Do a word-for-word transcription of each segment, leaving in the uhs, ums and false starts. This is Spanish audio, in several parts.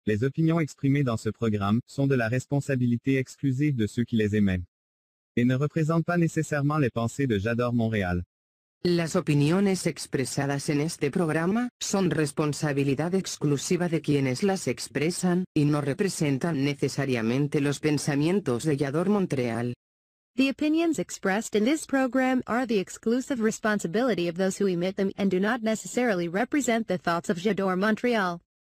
Les opinions exprimées dans ce programme sont de la responsabilité exclusive de ceux qui les émettent et ne représentent pas nécessairement les pensées de J'adore Montréal. Las opiniones expresadas en este programa son responsabilidad exclusiva de quienes las expresan y no representan necesariamente los pensamientos de J'adore Montréal. The opinions expressed in this program are the exclusive responsibility of those who emit them and do not necessarily represent the thoughts of J'adore Montréal.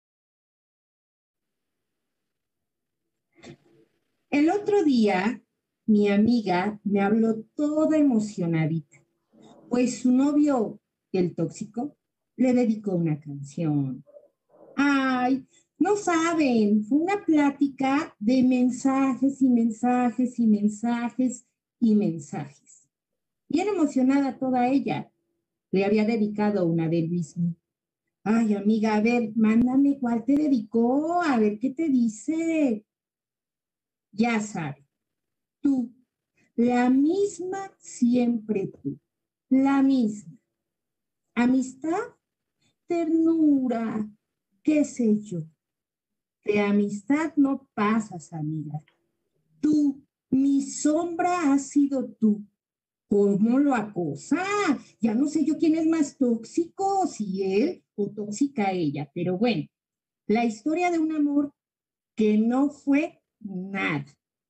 El otro día, mi amiga me habló toda emocionadita, pues su novio, el tóxico, le dedicó una canción. Ay, no saben, fue una plática de mensajes y mensajes y mensajes y mensajes. Bien emocionada toda ella. Le había dedicado una de Luismi. Ay, amiga, a ver, mándame cuál te dedicó, a ver qué te dice. Ya sabes, tú, la misma siempre tú, la misma. Amistad, ternura, qué sé yo. De amistad no pasas, amiga. Tú, mi sombra has sido tú. ¿Cómo lo acosa? Ya no sé yo quién es más tóxico, si él o tóxica ella, pero bueno, la historia de un amor que no fue nada.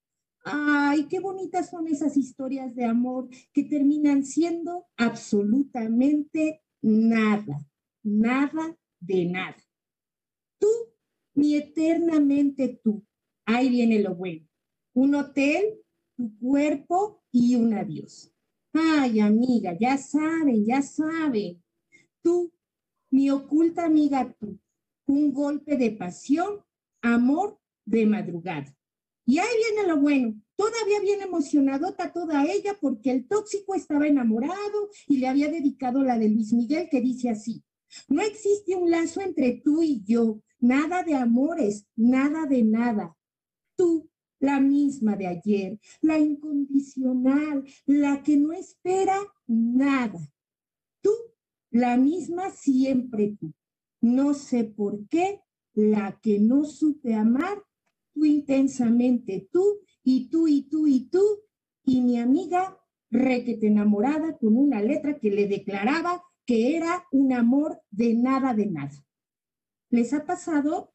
Ay, qué bonitas son esas historias de amor que terminan siendo absolutamente nada, nada de nada. Tú, mi eternamente tú. Ahí viene lo bueno. Un hotel, tu cuerpo y un adiós. Ay, amiga, ya saben, ya saben. Tú, mi oculta amiga tú. Un golpe de pasión, amor de madrugada. Y ahí viene lo bueno, todavía bien emocionadota toda ella porque el tóxico estaba enamorado y le había dedicado la de Luis Miguel que dice así: no existe un lazo entre tú y yo, nada de amores, nada de nada. Tú, la misma de ayer, la incondicional, la que no espera nada. Tú, la misma siempre tú. No sé por qué, la que no supe amar, tú intensamente tú, y tú, y tú, y tú, y mi amiga requete enamorada con una letra que le declaraba que era un amor de nada de nada. ¿Les ha pasado?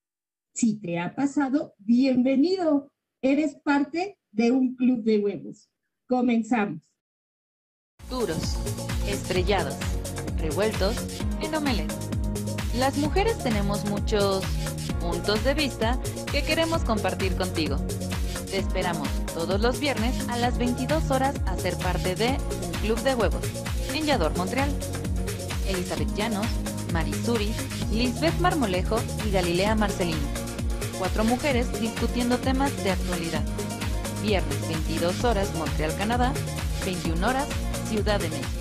Si te ha pasado, bienvenido. Eres parte de un club de huevos. Comenzamos. Duros, estrellados, revueltos en omelette. Las mujeres tenemos muchos puntos de vista que queremos compartir contigo. Te esperamos todos los viernes a las veintidós horas a ser parte de un club de huevos en J'adore Montréal. Elizabeth Llanos, Marisuri, Lisbeth Marmolejo y Galilea Marcelino. Cuatro mujeres discutiendo temas de actualidad. Viernes veintidós horas Montreal, Canadá, veintiuna horas Ciudad de México.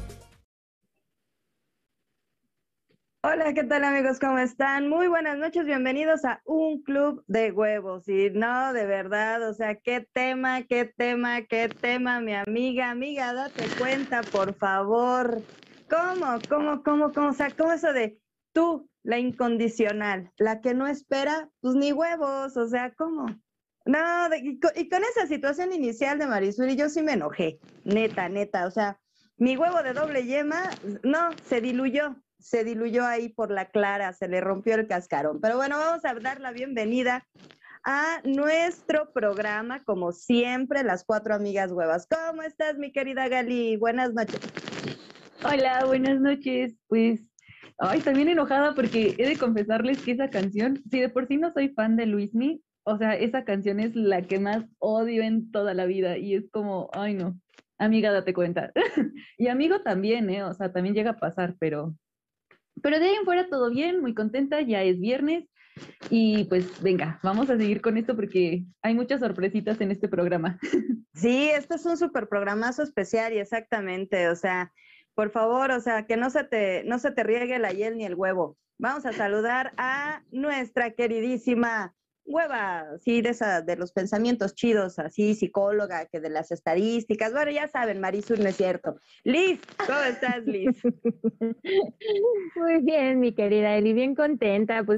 Hola, ¿qué tal amigos? ¿Cómo están? Muy buenas noches, bienvenidos a un club de huevos. Y no, de verdad, o sea, qué tema, qué tema, qué tema, mi amiga, amiga, date cuenta, por favor. ¿Cómo, cómo, cómo, cómo? O sea, ¿cómo eso de tú, la incondicional, la que no espera, pues ni huevos, o sea, ¿cómo? No, de, y, con, y con esa situación inicial de Marisuri, yo sí me enojé, neta, neta, o sea, mi huevo de doble yema, no, se diluyó. Se diluyó ahí por la clara, se le rompió el cascarón. Pero bueno, vamos a dar la bienvenida a nuestro programa, como siempre, las cuatro amigas huevas. ¿Cómo estás, mi querida Gali? Buenas noches. Hola, buenas noches. Pues, ay, también enojada porque he de confesarles que esa canción, si de por sí no soy fan de Luismi, o sea, esa canción es la que más odio en toda la vida y es como, ay no, amiga, date cuenta. Y amigo también, ¿eh? O sea, también llega a pasar, pero... Pero de ahí en fuera todo bien, muy contenta, ya es viernes y pues venga, vamos a seguir con esto porque hay muchas sorpresitas en este programa. Sí, este es un súper programazo especial y exactamente, o sea, por favor, o sea, que no se te, no se te riegue la hiel ni el huevo. Vamos a saludar a nuestra queridísima hueva, sí, de esa, de los pensamientos chidos, así, psicóloga, que de las estadísticas, bueno, ya saben, Marisur, no es cierto. Liz, ¿cómo estás, Liz? Muy bien, mi querida Eli, bien contenta, pues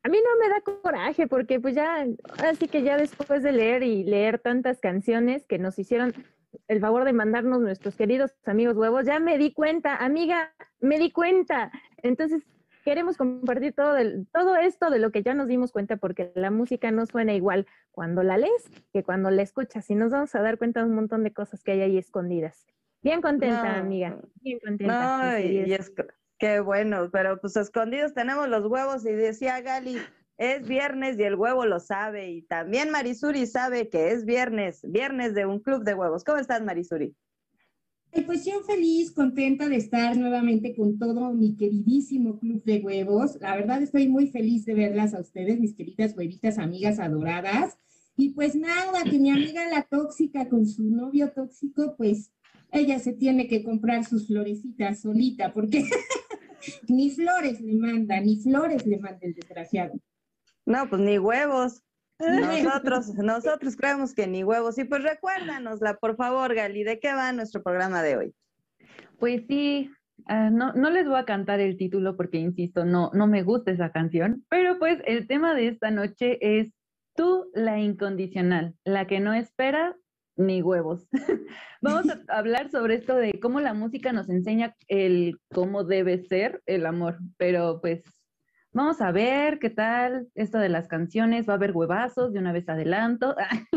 A mí no me da coraje porque pues ya, así que ya después de leer y leer tantas canciones que nos hicieron el favor de mandarnos nuestros queridos amigos huevos, ya me di cuenta, amiga, me di cuenta. Entonces queremos compartir todo, el, todo esto de lo que ya nos dimos cuenta porque la música no suena igual cuando la lees que cuando la escuchas y nos vamos a dar cuenta de un montón de cosas que hay ahí escondidas. Bien contenta, No, amiga, bien contenta. no, y, y es qué bueno, pero pues escondidos tenemos los huevos y decía Gali, es viernes y el huevo lo sabe y también Marisuri sabe que es viernes, viernes de un club de huevos. ¿Cómo estás, Marisuri? Pues yo feliz, contenta de estar nuevamente con todo mi queridísimo club de huevos. La verdad estoy muy feliz de verlas a ustedes, mis queridas huevitas, amigas adoradas. Y pues nada, que mi amiga la tóxica con su novio tóxico, pues ella se tiene que comprar sus florecitas solita, porque ni flores le manda, ni flores le manda el desgraciado. No, pues ni huevos. Nosotros, nosotros creemos que ni huevos. Y pues recuérdanosla, por favor, Gali, ¿de qué va nuestro programa de hoy? Pues sí, uh, no, no les voy a cantar el título porque, insisto, no, no me gusta esa canción, pero pues el tema de esta noche es Tú, la incondicional, la que no espera ni huevos. Vamos a hablar sobre esto de cómo la música nos enseña el cómo debe ser el amor, pero pues vamos a ver qué tal esto de las canciones, va a haber huevazos, de una vez adelanto.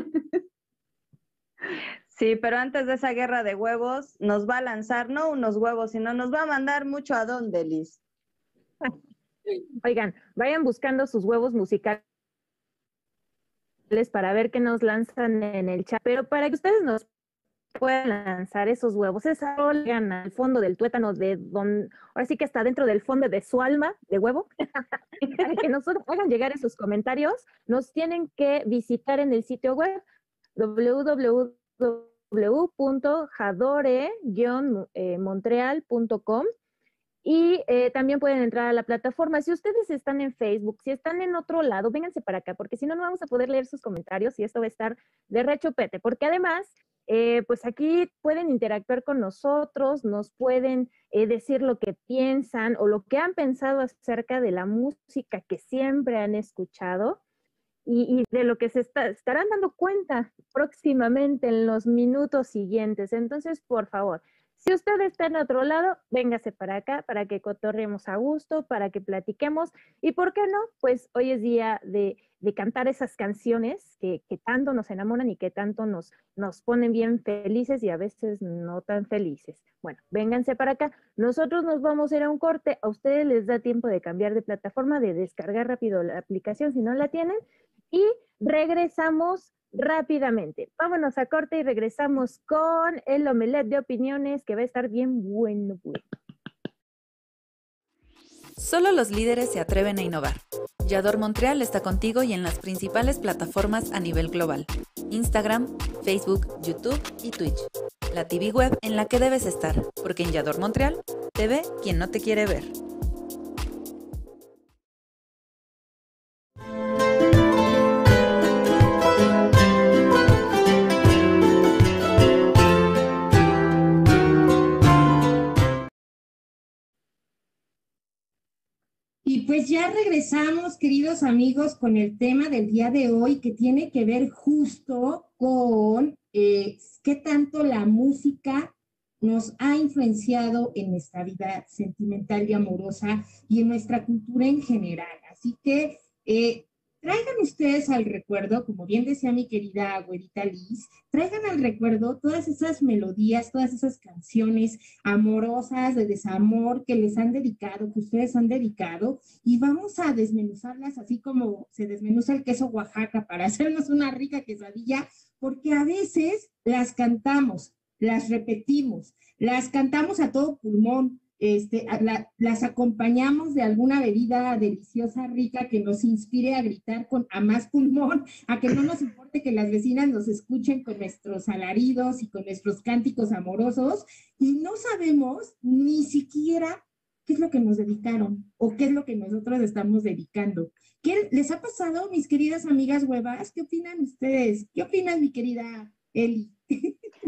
Sí, pero antes de esa guerra de huevos, nos va a lanzar no unos huevos, sino nos va a mandar mucho a dónde, Liz. Oigan, vayan buscando sus huevos musicales para ver qué nos lanzan en el chat, pero para que ustedes nos puedan lanzar esos huevos, esa llegan al fondo del tuétano de don, ahora sí que está dentro del fondo de su alma de huevo, para que nosotros hagan llegar esos comentarios, nos tienen que visitar en el sitio web doble u doble u doble u punto jadore guion montreal punto com y eh, también pueden entrar a la plataforma. Si ustedes están en Facebook, si están en otro lado, vénganse para acá, porque si no, no vamos a poder leer sus comentarios y esto va a estar de rechupete, porque además, eh, pues aquí pueden interactuar con nosotros, nos pueden eh, decir lo que piensan o lo que han pensado acerca de la música que siempre han escuchado y, y de lo que se está, estarán dando cuenta próximamente en los minutos siguientes. Entonces, por favor, si usted está en otro lado, véngase para acá para que cotorremos a gusto, para que platiquemos. Y por qué no, pues hoy es día de, de cantar esas canciones que, que tanto nos enamoran y que tanto nos, nos ponen bien felices y a veces no tan felices. Bueno, vénganse para acá. Nosotros nos vamos a ir a un corte. A ustedes les da tiempo de cambiar de plataforma, de descargar rápido la aplicación si no la tienen. Y regresamos rápidamente. Vámonos a corte y regresamos con el omelette de opiniones que va a estar bien bueno, bueno. Solo los líderes se atreven a innovar. Yador Montreal está contigo y en las principales plataformas a nivel global. Instagram, Facebook, YouTube y Twitch. La T V web en la que debes estar, porque en Yador Montreal te ve quien no te quiere ver. Y pues ya regresamos, queridos amigos, con el tema del día de hoy que tiene que ver justo con eh, qué tanto la música nos ha influenciado en nuestra vida sentimental y amorosa y en nuestra cultura en general. Así que eh, traigan ustedes al recuerdo, como bien decía mi querida güerita Liz, traigan al recuerdo todas esas melodías, todas esas canciones amorosas de desamor que les han dedicado, que ustedes han dedicado, y vamos a desmenuzarlas así como se desmenuza el queso Oaxaca para hacernos una rica quesadilla, porque a veces las cantamos, las repetimos, las cantamos a todo pulmón, Este, la, las acompañamos de alguna bebida deliciosa, rica, que nos inspire a gritar con a más pulmón, a que no nos importe que las vecinas nos escuchen con nuestros alaridos y con nuestros cánticos amorosos, y no sabemos ni siquiera qué es lo que nos dedicaron o qué es lo que nosotros estamos dedicando. ¿Qué les ha pasado, mis queridas amigas huevas? ¿Qué opinan ustedes? ¿Qué opinas, mi querida Eli?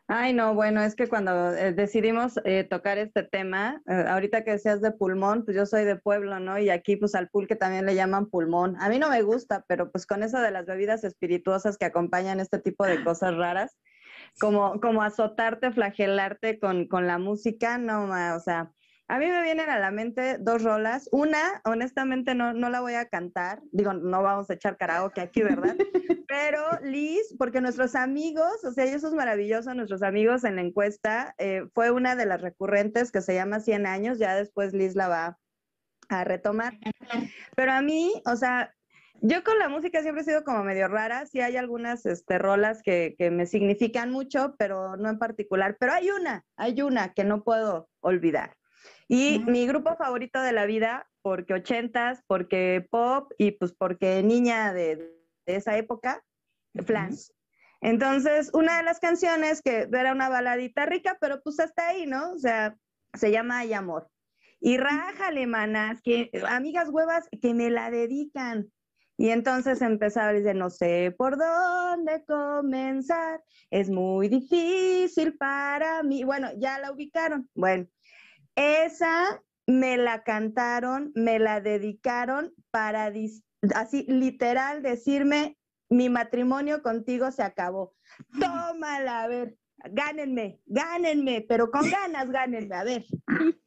Ay, no, bueno, es que cuando eh, decidimos eh, tocar este tema, eh, ahorita que decías de pulmón, pues yo soy de pueblo, ¿no? Y aquí pues al pulque también le llaman pulmón. A mí no me gusta, pero pues con eso de las bebidas espirituosas que acompañan este tipo de cosas raras, como, como azotarte, flagelarte con, con la música, no, ma, o sea, a mí me vienen a la mente dos rolas. Una, honestamente, no, no la voy a cantar. Digo, no vamos a echar karaoke aquí, ¿verdad? Pero Liz, porque nuestros amigos, o sea, y eso es maravilloso, nuestros amigos en la encuesta, eh, fue una de las recurrentes que se llama cien años, ya después Liz la va a retomar. Pero a mí, o sea, yo con la música siempre he sido como medio rara, sí hay algunas este, rolas que, que me significan mucho, pero no en particular. Pero hay una, hay una que no puedo olvidar. Y uh-huh. mi grupo favorito de la vida, porque ochentas, porque pop y pues porque niña de, de esa época, uh-huh. Flans. Entonces, una de las canciones que era una baladita rica, pero pues hasta ahí, ¿no? O sea, se llama Hay Amor. Y rájale, manas, que, amigas huevas que me la dedican. Y entonces empezaba a decir, no sé por dónde comenzar, es muy difícil para mí. Bueno, ya la ubicaron. Bueno, esa me la cantaron, me la dedicaron para, así literal, decirme, mi matrimonio contigo se acabó. Tómala, a ver, gánenme, gánenme, pero con ganas gánenme, a ver.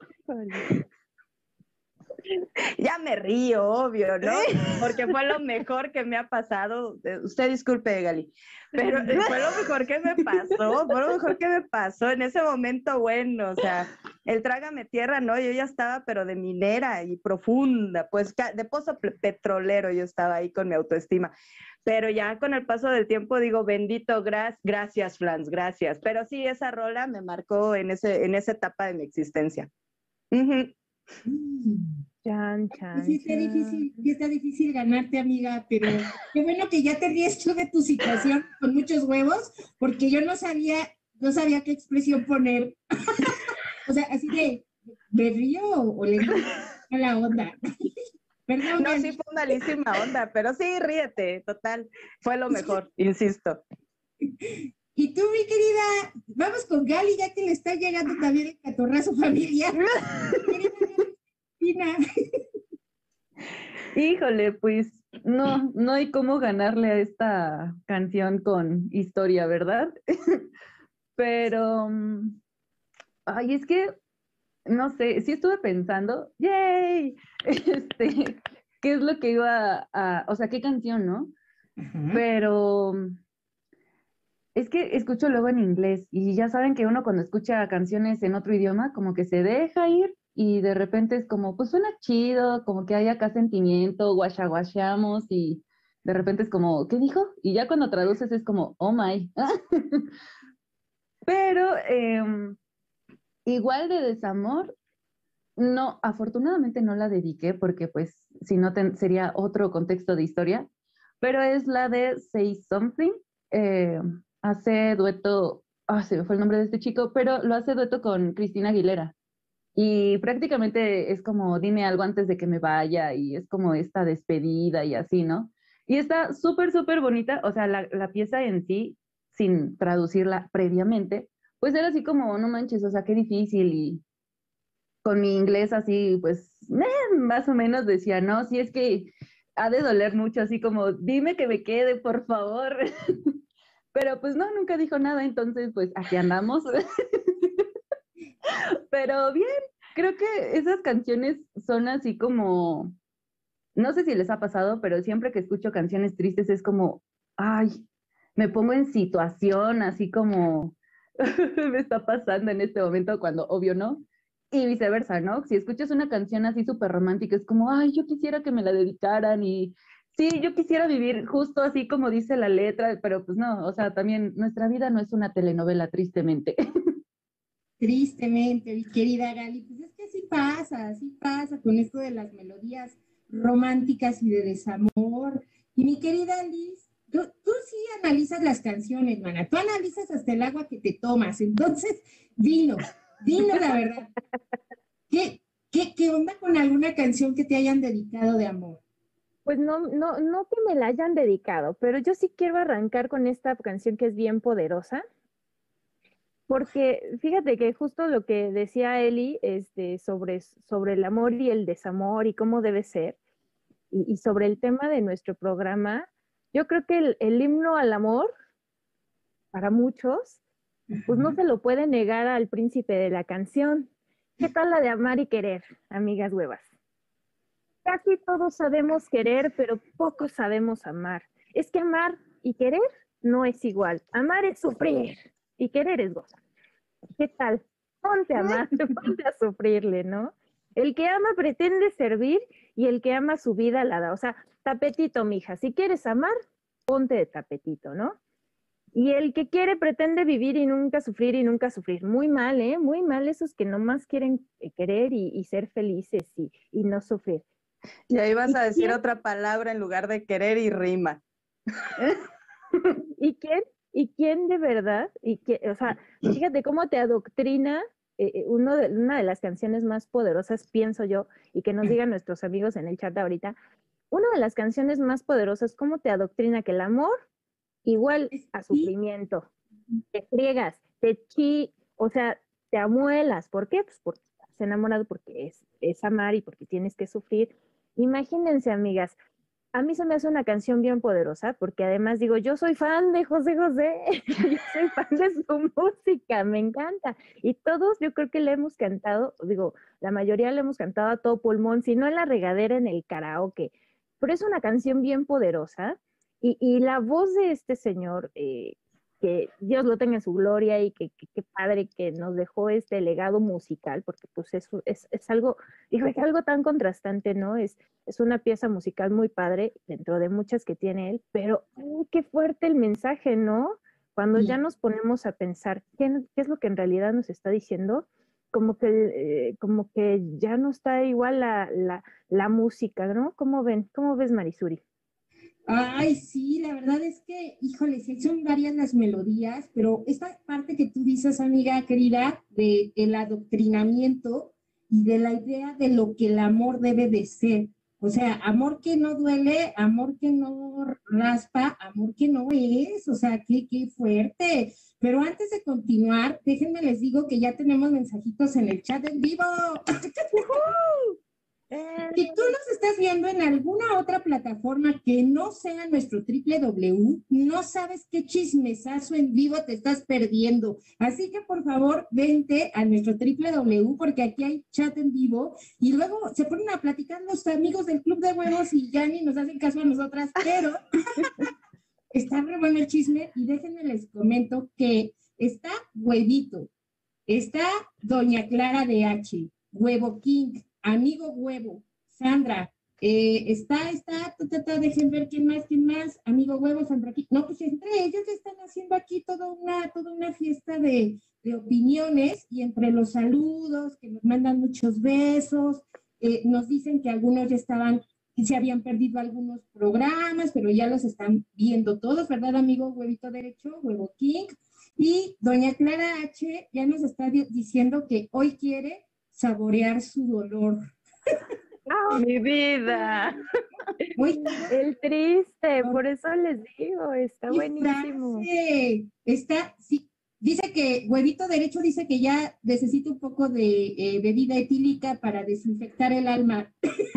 Ya me río, obvio, ¿no? Porque fue lo mejor que me ha pasado. Usted disculpe, Gali, pero fue lo mejor que me pasó, fue lo mejor que me pasó en ese momento, bueno, o sea, el trágame tierra, ¿no? Yo ya estaba, pero de minera y profunda, pues de pozo petrolero yo estaba ahí con mi autoestima. Pero ya con el paso del tiempo digo, bendito, gra gracias, Flans, gracias. Pero sí, esa rola me marcó en, ese, en esa etapa de mi existencia. Uh-huh. Mm. Chan, chan, sí, está chan. difícil, sí está difícil ganarte, amiga, pero qué bueno que ya te ríes tú de tu situación con muchos huevos, porque yo no sabía, no sabía qué expresión poner. O sea, así de, ¿me río o le río a la onda? Perdón, no, sí fue una malísima onda, pero sí, ríete, total, fue lo mejor, insisto. Y tú, mi querida, vamos con Gali, ya que le está llegando también el catorrazo familiar. Híjole, pues no, no hay cómo ganarle a esta canción con historia, ¿verdad? Pero, ay, es que, no sé, sí estuve pensando, ¡yay! Este, ¿qué es lo que iba a, o sea, qué canción, ¿no? Uh-huh. Pero es que escucho luego en inglés y ya saben que uno cuando escucha canciones en otro idioma como que se deja ir y de repente es como, pues suena chido, como que hay acá sentimiento, guachaguacheamos y de repente es como, ¿qué dijo? Y ya cuando traduces es como, oh my. Pero eh, igual de desamor, no, afortunadamente no la dediqué porque pues si no ten, sería otro contexto de historia, pero es la de Say Something. Eh, hace dueto, ah, se me fue el nombre de este chico, pero lo hace dueto con Cristina Aguilera. Y prácticamente es como, dime algo antes de que me vaya, y es como esta despedida y así, ¿no? Y está súper, súper bonita, o sea, la, la pieza en sí, sin traducirla previamente, pues era así como, no manches, o sea, qué difícil, y con mi inglés así, pues, eh, más o menos decía, no, si es que ha de doler mucho, así como, dime que me quede, por favor. Pero pues no, nunca dijo nada, entonces pues aquí andamos. Pero bien, creo que esas canciones son así como, no sé si les ha pasado, pero siempre que escucho canciones tristes es como, ay, me pongo en situación, así como me está pasando en este momento cuando obvio no. Y viceversa, ¿no? Si escuchas una canción así súper romántica, es como, ay, yo quisiera que me la dedicaran y sí, yo quisiera vivir justo así como dice la letra, pero pues no, o sea, también nuestra vida no es una telenovela, tristemente. Tristemente, mi querida Gali, pues es que así pasa, así pasa con esto de las melodías románticas y de desamor. Y mi querida Liz, tú, tú sí analizas las canciones, mana, tú analizas hasta el agua que te tomas, entonces, dinos, dinos la verdad. ¿Qué, qué, qué onda con alguna canción que te hayan dedicado de amor? Pues no, no, no que me la hayan dedicado, pero yo sí quiero arrancar con esta canción que es bien poderosa. Porque fíjate que justo lo que decía Eli este, sobre, sobre el amor y el desamor y cómo debe ser, y, y sobre el tema de nuestro programa, yo creo que el, el himno al amor, para muchos, pues no se lo puede negar al príncipe de la canción. ¿Qué tal la de amar y querer, amigas huevas? Casi todos sabemos querer, pero pocos sabemos amar. Es que amar y querer no es igual. Amar es sufrir y querer es gozar. ¿Qué tal? Ponte a amar, ponte a sufrirle, ¿no? El que ama pretende servir y el que ama su vida la da. O sea, tapetito, mija. Si quieres amar, ponte de tapetito, ¿no? Y el que quiere pretende vivir y nunca sufrir y nunca sufrir. Muy mal, ¿eh? Muy mal esos que nomás quieren querer y, y ser felices y, y no sufrir. Y ahí vas ¿Y a decir quién? otra palabra en lugar de querer y rima. ¿Y quién? ¿Y quién de verdad? Y que, o sea, fíjate cómo te adoctrina eh, uno de, una de las canciones más poderosas, pienso yo, y que nos digan nuestros amigos en el chat ahorita, una de las canciones más poderosas, cómo te adoctrina que el amor igual a sufrimiento, te friegas, te chi, o sea, te amuelas. ¿Por qué? Pues porque estás enamorado, porque es, es amar y porque tienes que sufrir. Imagínense, amigas, a mí se me hace una canción bien poderosa, porque además digo, yo soy fan de José José, yo soy fan de su música, me encanta. Y todos yo creo que le hemos cantado, digo, la mayoría le hemos cantado a todo pulmón, si no en la regadera, en el karaoke. Pero es una canción bien poderosa. Y, y la voz de este señor, eh, que Dios lo tenga en su gloria y que, que, que padre que nos dejó este legado musical, porque pues es, es, es algo, digo, es algo tan contrastante, ¿no? Es, es una pieza musical muy padre, dentro de muchas que tiene él, pero ¡ay, qué fuerte el mensaje, ¿no? Cuando ya nos ponemos a pensar qué, qué es lo que en realidad nos está diciendo, como que, eh, como que ya no está igual la, la, la música, ¿no? ¿Cómo ven? ¿Cómo ves, Marisuri? Ay, sí, la verdad es que, híjole, sí son varias las melodías, pero esta parte que tú dices, amiga querida, de el adoctrinamiento y de la idea de lo que el amor debe de ser. O sea, amor que no duele, amor que no raspa, amor que no es, o sea, qué, qué fuerte. Pero antes de continuar, déjenme les digo que ya tenemos mensajitos en el chat en vivo. Si tú nos estás viendo en alguna otra plataforma que no sea nuestro doble u doble u doble u, no sabes qué chismesazo en vivo te estás perdiendo. Así que por favor, vente a nuestro doble u doble u doble u porque aquí hay chat en vivo y luego se ponen a platicar los amigos del Club de Huevos y ya ni nos hacen caso a nosotras, pero está re bueno el chisme y déjenme les comento que está Huevito, está Doña Clara de H, Huevo King, Amigo Huevo, Sandra, eh, está, está, ta, ta, dejen ver quién más, quién más, Amigo Huevo, Sandra, aquí. No, pues entre ellos están haciendo aquí toda una, toda una fiesta de, de opiniones y entre los saludos, que nos mandan muchos besos, eh, nos dicen que algunos ya estaban, se habían perdido algunos programas, pero ya los están viendo todos, ¿verdad, amigo Huevito Derecho, Huevo King? Y doña Clara H ya nos está diciendo que hoy quiere saborear su dolor. ¡Oh, mi vida! Muy el triste, por eso les digo, está buenísimo. Frase, está, sí, dice que Huevito Derecho dice que ya necesita un poco de eh, bebida etílica para desinfectar el alma.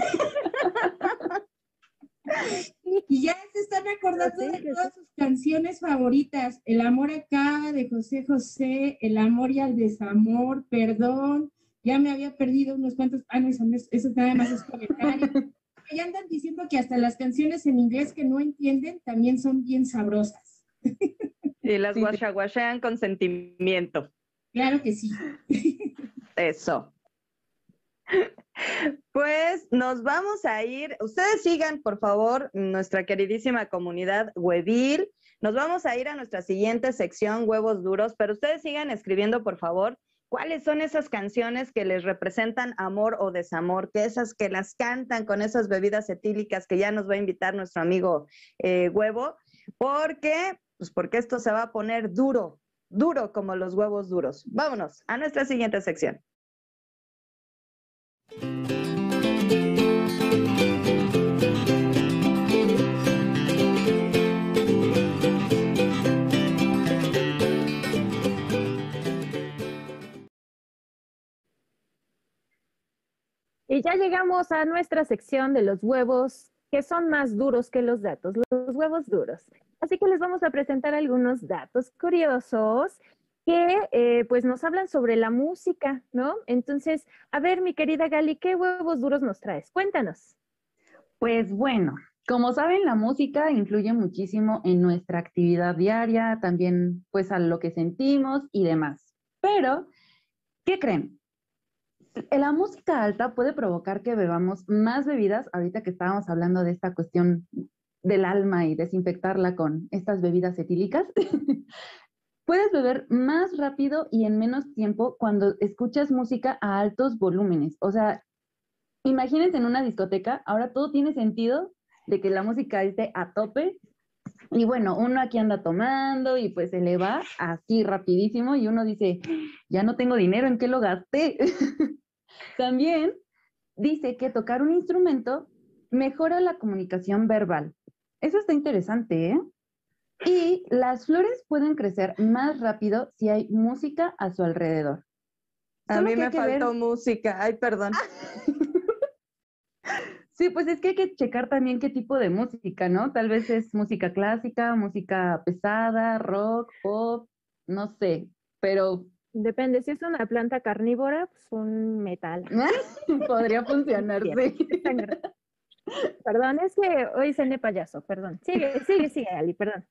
Y ya se están acordando de todas sus canciones favoritas. El amor acá de José José, El amor y el desamor, Perdón. Ya me había perdido unos cuantos. Ah, no, eso, eso nada más es comentario. Ya andan diciendo que hasta las canciones en inglés que no entienden también son bien sabrosas. Y las Sí. guachaguachean con sentimiento. Claro que sí. Eso. Pues nos vamos a ir. Ustedes sigan, por favor, nuestra queridísima comunidad huevil. Nos vamos a ir a nuestra siguiente sección, Huevos Duros, pero ustedes sigan escribiendo, por favor, cuáles son esas canciones que les representan amor o desamor, que esas que las cantan con esas bebidas etílicas que ya nos va a invitar nuestro amigo eh, Huevo, porque, pues porque esto se va a poner duro, duro como los huevos duros. Vámonos a nuestra siguiente sección. ya llegamos a nuestra sección de los huevos que son más duros que los datos, los huevos duros. Así que les vamos a presentar algunos datos curiosos que eh, pues nos hablan sobre la música, ¿no? Entonces, a ver, mi querida Gali, ¿qué huevos duros nos traes? Cuéntanos. Pues bueno, como saben, la música influye muchísimo en nuestra actividad diaria, también pues a lo que sentimos y demás. Pero, ¿qué creen? La música alta puede provocar que bebamos más bebidas, ahorita que estábamos hablando de esta cuestión del alma y desinfectarla con estas bebidas etílicas. Puedes beber más rápido y en menos tiempo cuando escuchas música a altos volúmenes. O sea, imagínense en una discoteca, ahora todo tiene sentido de que la música esté a tope. Y bueno, uno aquí anda tomando y pues se le va así rapidísimo y uno dice, ya no tengo dinero, ¿en qué lo gasté? También dice que tocar un instrumento mejora la comunicación verbal. Eso está interesante, ¿eh? Y las flores pueden crecer más rápido si hay música a su alrededor. A Solo mí que me hay que faltó ver- música. Ay, perdón. Sí, pues es que hay que checar también qué tipo de música, ¿no? Tal vez es música clásica, música pesada, rock, pop, no sé, pero Depende, si es una planta carnívora, pues un metal. podría funcionar, Bien. sí. Perdón, es que hoy cené payaso, perdón. Sigue, sigue, sigue, Ali, perdón.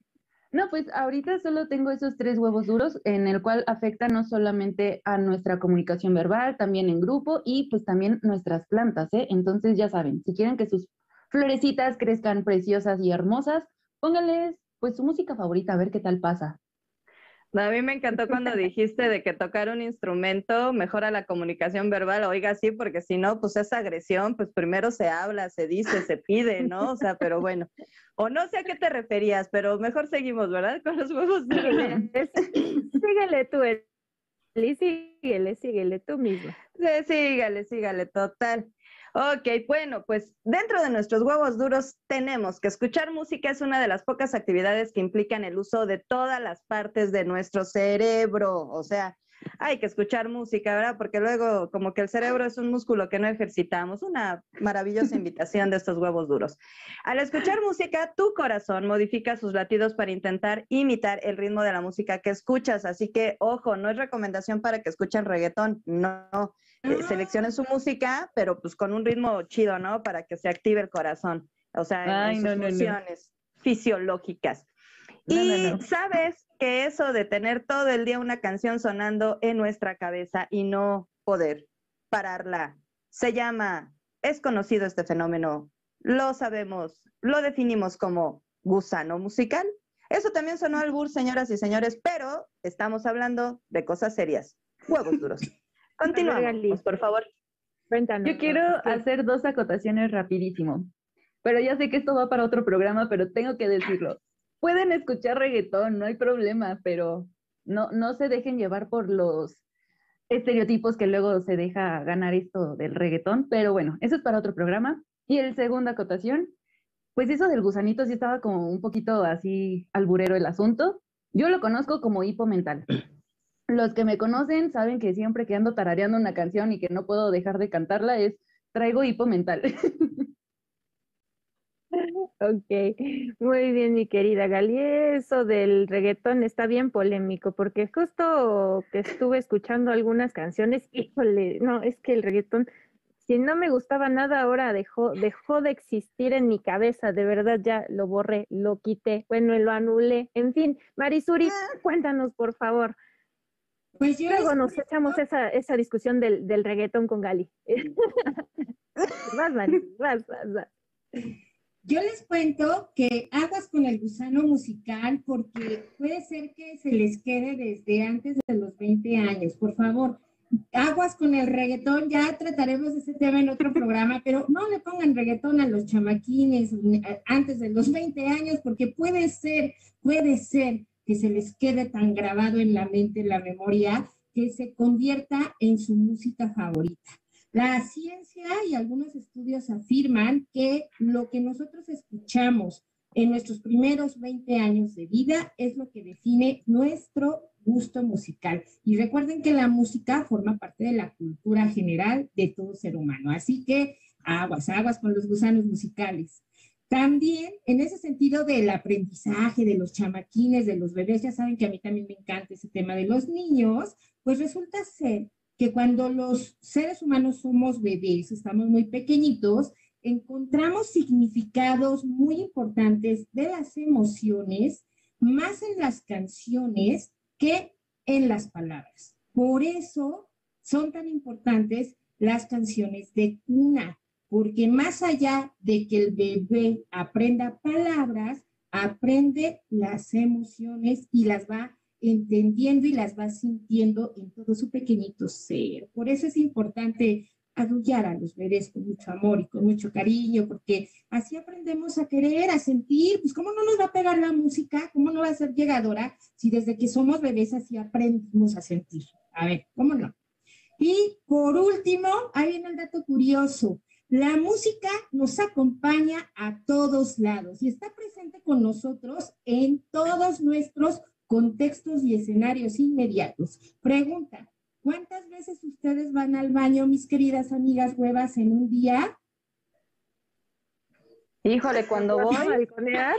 No, pues ahorita solo tengo esos tres huevos duros en el cual afecta no solamente a nuestra comunicación verbal, también en grupo y pues también nuestras plantas, ¿eh? Entonces ya saben, si quieren que sus florecitas crezcan preciosas y hermosas, pónganles pues su música favorita a ver qué tal pasa. No, a mí me encantó cuando dijiste de que tocar un instrumento mejora la comunicación verbal. Oiga, sí, porque si no, pues esa agresión, pues primero se habla, se dice, se pide, ¿no? O sea, pero bueno. O no sé a qué te referías, pero mejor seguimos, ¿verdad? Con los huevos duros. Síguele, síguele tú, Eli, síguele, síguele tú misma. Sí, sígale, sígale, total. Ok, bueno, pues dentro de nuestros huevos duros tenemos que escuchar música es una de las pocas actividades que implican el uso de todas las partes de nuestro cerebro. O sea, hay que escuchar música, ¿verdad? Porque luego como que el cerebro es un músculo que no ejercitamos. Una maravillosa invitación de estos huevos duros. Al escuchar música, tu corazón modifica sus latidos para intentar imitar el ritmo de la música que escuchas. Así que, ojo, no es recomendación para que escuchen reggaetón, no. Eh, seleccionen su música, pero pues con un ritmo chido, ¿no? Para que se active el corazón, o sea, en, Ay, en sus no, no, no. funciones fisiológicas. No, Y no, no. sabes que eso de tener todo el día una canción sonando en nuestra cabeza y no poder pararla, se llama, es conocido este fenómeno, lo sabemos, lo definimos como gusano musical. Eso también sonó albur, señoras y señores, pero estamos hablando de cosas serias, huevos duros. Continuamos, Gali. por favor. Cuéntanos. Yo quiero ¿qué? hacer dos acotaciones rapidísimo, pero ya sé que esto va para otro programa, pero tengo que decirlo. Pueden escuchar reggaetón, no hay problema, pero no, no se dejen llevar por los estereotipos que luego se deja ganar esto del reggaetón, pero bueno, eso es para otro programa. Y el segunda acotación, pues eso del gusanito sí estaba como un poquito así alburero el asunto. Yo lo conozco como hipo mental. Los que me conocen saben que siempre que ando tarareando una canción y que no puedo dejar de cantarla es traigo hipo mental. Ok, muy bien, mi querida Gali. Eso del reggaetón está bien polémico, porque justo que estuve escuchando algunas canciones, híjole, no, es que el reggaetón, si no me gustaba nada, ahora dejó, dejó de existir en mi cabeza, de verdad ya lo borré, lo quité, bueno, lo anulé. En fin, Marisuri, cuéntanos, por favor. Pues yo Luego les nos echamos esa, esa discusión del, del reggaetón con Gali. Vas, Marisuri, vas, vas, vas. Yo les cuento que aguas con el gusano musical porque puede ser que se les quede desde antes de los veinte años. Por favor, aguas con el reggaetón. Ya trataremos ese tema en otro programa, pero no le pongan reggaetón a los chamaquines antes de los veinte años porque puede ser, puede ser que se les quede tan grabado en la mente, en la memoria, que se convierta en su música favorita. La ciencia y algunos estudios afirman que lo que nosotros escuchamos en nuestros primeros veinte años de vida es lo que define nuestro gusto musical. Y recuerden que la música forma parte de la cultura general de todo ser humano. Así que aguas, aguas con los gusanos musicales. También, en ese sentido del aprendizaje, de los chamaquines, de los bebés, ya saben que a mí también me encanta ese tema de los niños, pues resulta ser que cuando los seres humanos somos bebés, estamos muy pequeñitos, encontramos significados muy importantes de las emociones, más en las canciones que en las palabras. Por eso son tan importantes las canciones de cuna, porque más allá de que el bebé aprenda palabras, aprende las emociones y las va entendiendo y las va sintiendo en todo su pequeñito ser. Por eso es importante arrullar a los bebés con mucho amor y con mucho cariño, porque así aprendemos a querer, a sentir. Pues ¿cómo no nos va a pegar la música? ¿Cómo no va a ser llegadora si desde que somos bebés así aprendimos a sentir? A ver, ¿cómo no? Y por último, ahí viene el dato curioso. La música nos acompaña a todos lados y está presente con nosotros en todos nuestros contextos y escenarios inmediatos. Pregunta, ¿cuántas veces ustedes van al baño, mis queridas amigas huevas, en un día? Híjole, cuando voy a balconear.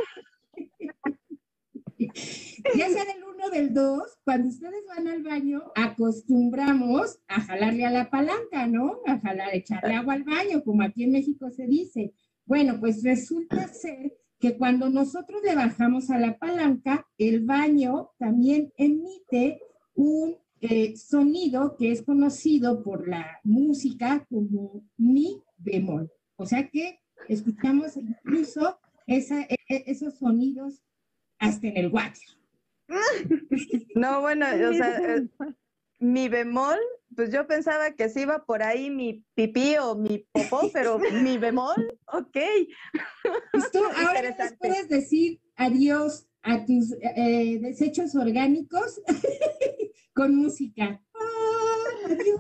Ya sea del uno o del dos, cuando ustedes van al baño, acostumbramos a jalarle a la palanca, ¿no? A jalar, echarle agua al baño, como aquí en México se dice. Bueno, pues resulta ser que cuando nosotros le bajamos a la palanca, el baño también emite un eh, sonido que es conocido por la música como mi bemol. O sea que escuchamos incluso esa, e, esos sonidos hasta en el water. No, bueno, o sea, eh, mi bemol, pues yo pensaba que se iba por ahí mi pipí o mi popó, pero mi bemol, ok. Pues tú ahora nos puedes decir adiós a tus eh, desechos orgánicos con música. ¡Ah, adiós!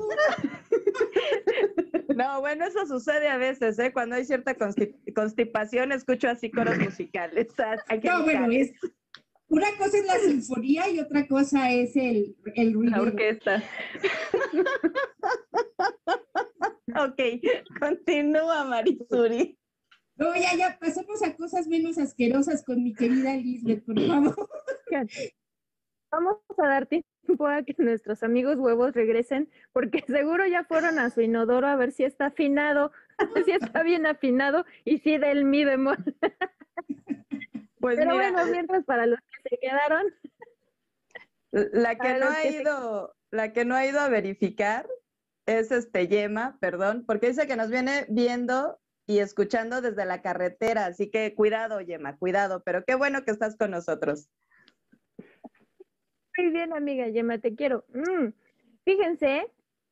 No, bueno, eso sucede a veces, ¿eh? Cuando hay cierta constip- constipación, escucho así coros musicales. No, bueno, es, una cosa es la sinfonía y otra cosa es el, el ruido. La orquesta. Ok, continúa, Marisuri. No, ya, ya, pasemos a cosas menos asquerosas con mi querida Lisbeth, por favor. Vamos a dar tiempo a que nuestros amigos huevos regresen, porque seguro ya fueron a su inodoro a ver si está afinado, si está bien afinado y si del mi bemol. Pues Pero mira, bueno, mientras para los que se quedaron. La que no ha que ido, se... la que no ha ido a verificar es este Yema, perdón, porque dice que nos viene viendo y escuchando desde la carretera, así que cuidado, Yema, cuidado, pero qué bueno que estás con nosotros. Muy bien, amiga Yema, te quiero. Mm. Fíjense,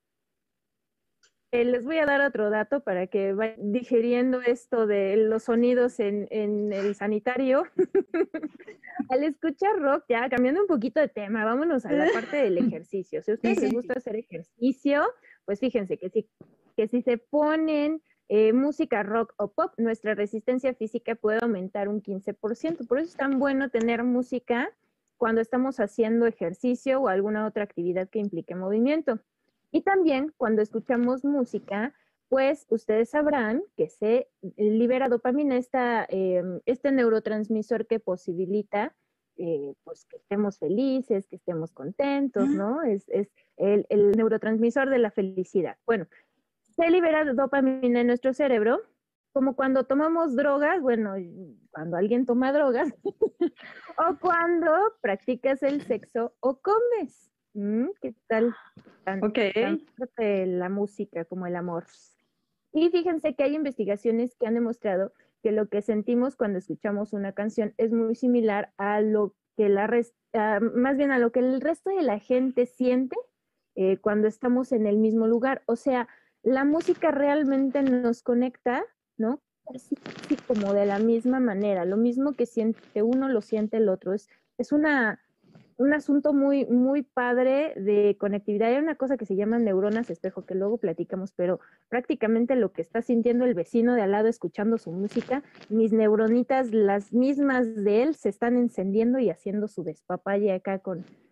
eh, les voy a dar otro dato para que vayan digiriendo esto de los sonidos en, en el sanitario. Al escuchar rock, ya cambiando un poquito de tema, vámonos a la parte del ejercicio. Si a ustedes les gusta hacer ejercicio, pues fíjense que si, que si se ponen eh, música rock o pop, nuestra resistencia física puede aumentar un quince por ciento. Por eso es tan bueno tener música cuando estamos haciendo ejercicio o alguna otra actividad que implique movimiento. Y también cuando escuchamos música, pues ustedes sabrán que se libera dopamina, esta, eh, este neurotransmisor que posibilita eh, pues que estemos felices, que estemos contentos, ¿no? Es, es el, el neurotransmisor de la felicidad. Bueno, se libera dopamina en nuestro cerebro, como cuando tomamos drogas, bueno, cuando alguien toma drogas, o cuando practicas el sexo o comes. ¿Mm? ¿Qué tal? Tan, okay. tan fuerte la música como el amor. Y fíjense que hay investigaciones que han demostrado que lo que sentimos cuando escuchamos una canción es muy similar a lo que la rest, uh, más bien a lo que el resto de la gente siente eh, cuando estamos en el mismo lugar. O sea, la música realmente nos conecta, ¿no? Así, así como de la misma manera, lo mismo que siente uno lo siente el otro. Es, es una, un asunto muy, muy padre de conectividad. Hay una cosa que se llama neuronas espejo, que luego platicamos, pero prácticamente lo que está sintiendo el vecino de al lado escuchando su música, mis neuronitas, las mismas de él, se están encendiendo y haciendo su despapalle acá con,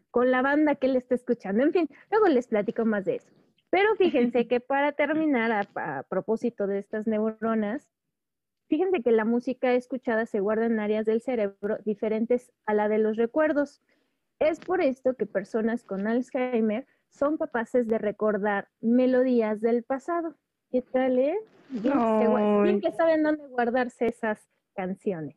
con la banda que él está escuchando. En fin, luego les platico más de eso. Pero fíjense que para terminar, a, a propósito de estas neuronas, fíjense que la música escuchada se guarda en áreas del cerebro diferentes a la de los recuerdos. Es por esto que personas con Alzheimer son capaces de recordar melodías del pasado. ¿Qué tal, eh? Bien, Ay. bien que saben dónde guardarse esas canciones.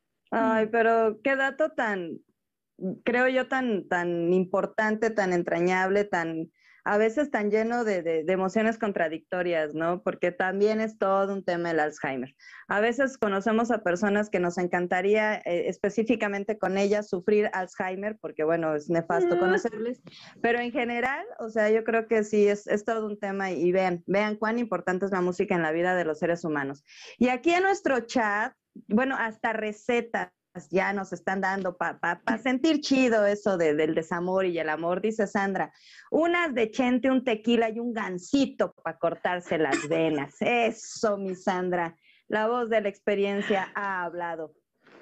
Ay, pero qué dato tan, creo yo, tan, tan importante, tan entrañable, tan, a veces tan lleno de, de, de emociones contradictorias, ¿no? Porque también es todo un tema el Alzheimer. A veces conocemos a personas que nos encantaría eh, específicamente con ellas sufrir Alzheimer, porque bueno, es nefasto conocerles, pero en general, o sea, yo creo que sí, es, es todo un tema y vean, vean cuán importante es la música en la vida de los seres humanos. Y aquí en nuestro chat, bueno, hasta recetas ya nos están dando para pa, pa sentir chido eso de, del desamor y el amor, dice Sandra. Unas de Chente, un tequila y un gansito para cortarse las venas. Eso, mi Sandra. La voz de la experiencia ha hablado.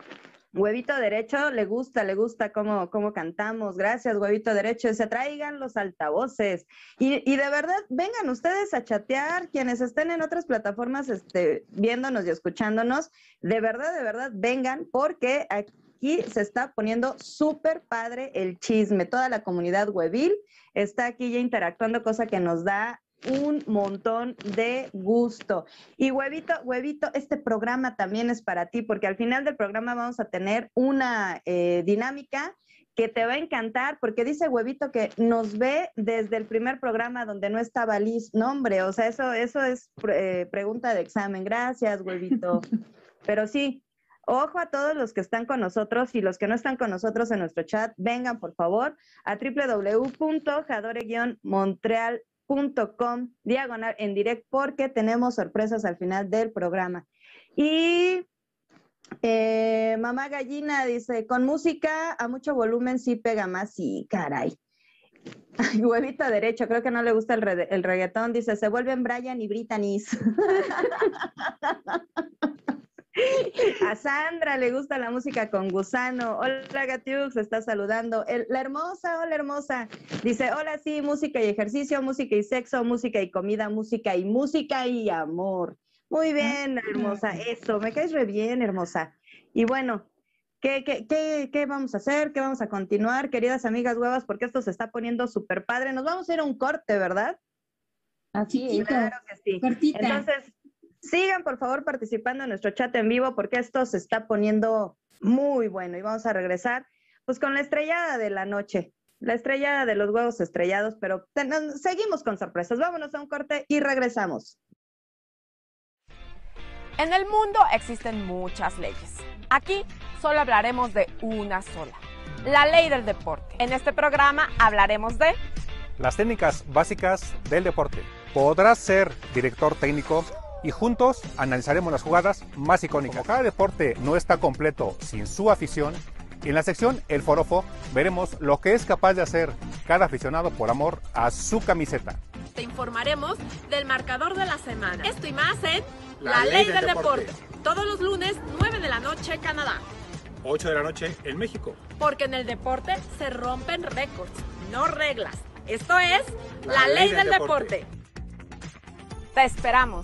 Huevito Derecho, le gusta, le gusta cómo, cómo cantamos. Gracias, Huevito Derecho. Se traigan los altavoces. Y, y de verdad, vengan ustedes a chatear, quienes estén en otras plataformas este, viéndonos y escuchándonos. De verdad, de verdad, vengan, porque aquí se está poniendo súper padre el chisme. Toda la comunidad huevil está aquí ya interactuando, cosa que nos da un montón de gusto. Y Huevito, Huevito, este programa también es para ti, porque al final del programa vamos a tener una eh, dinámica que te va a encantar, porque dice Huevito que nos ve desde el primer programa donde no estaba Liz. No, hombre, o sea, eso, eso es eh, pregunta de examen. Gracias, Huevito. Pero sí, ojo a todos los que están con nosotros y los que no están con nosotros en nuestro chat, vengan por favor a doble u doble u doble u punto jadore guion montreal punto com diagonal en direct, porque tenemos sorpresas al final del programa. Y eh, Mamá Gallina dice, con música a mucho volumen sí pega más. Sí, caray. Ay, Huevito Derecho, creo que no le gusta el, re el reggaetón, dice, se vuelven Brian y Britannies. A Sandra le gusta la música con gusano. Hola, Gatiux, se está saludando. El, la hermosa, hola, hermosa. Dice, hola, sí, música y ejercicio, música y sexo, música y comida, música y música y amor. Muy bien, hermosa, eso, me caes re bien, hermosa. Y bueno, ¿qué, qué, qué, qué vamos a hacer? ¿Qué vamos a continuar, queridas amigas huevas? Porque esto se está poniendo súper padre. Nos vamos a ir a un corte, ¿verdad? Así es. Claro que sí. Cortita. Entonces, sigan por favor participando en nuestro chat en vivo, porque esto se está poniendo muy bueno y vamos a regresar pues con la estrellada de la noche, la estrellada de los huevos estrellados, pero ten, seguimos con sorpresas. Vámonos a un corte y regresamos. En el mundo existen muchas leyes. Aquí solo hablaremos de una sola, la ley del deporte. En este programa hablaremos de las técnicas básicas del deporte. Podrás ser director técnico y juntos analizaremos las jugadas más icónicas. Como cada deporte no está completo sin su afición, en la sección El Forofo veremos lo que es capaz de hacer cada aficionado por amor a su camiseta. Te informaremos del marcador de la semana. Esto y más en La, la Ley, Ley del, del deporte. deporte. Todos los lunes, nueve de la noche, Canadá. ocho de la noche en México. Porque en el deporte se rompen récords, no reglas. Esto es La La, Ley Ley, del del, deporte. deporte. Te esperamos.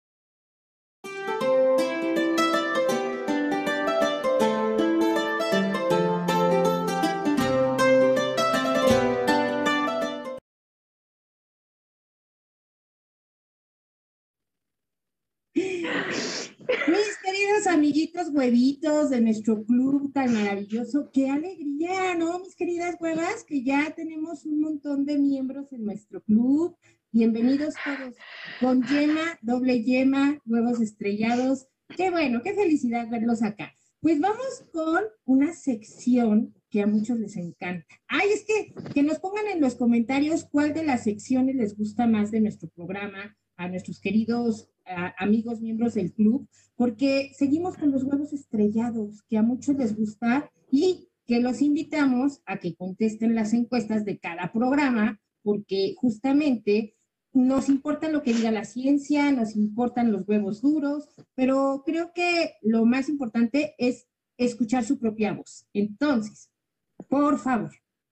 Mis queridos amiguitos huevitos de nuestro club tan maravilloso, qué alegría, ¿no? Mis queridas huevas, que ya tenemos un montón de miembros en nuestro club. Bienvenidos todos, con yema, doble yema, huevos estrellados. Qué bueno, qué felicidad verlos acá. Pues vamos con una sección que a muchos les encanta. Ay, es que, que nos pongan en los comentarios cuál de las secciones les gusta más de nuestro programa, a nuestros queridos a, amigos, miembros del club, porque seguimos con los huevos estrellados, que a muchos les gusta, y que los invitamos a que contesten las encuestas de cada programa, porque justamente nos importa lo que diga la ciencia, nos importan los huevos duros, pero creo que lo más importante es escuchar su propia voz. Entonces, por favor,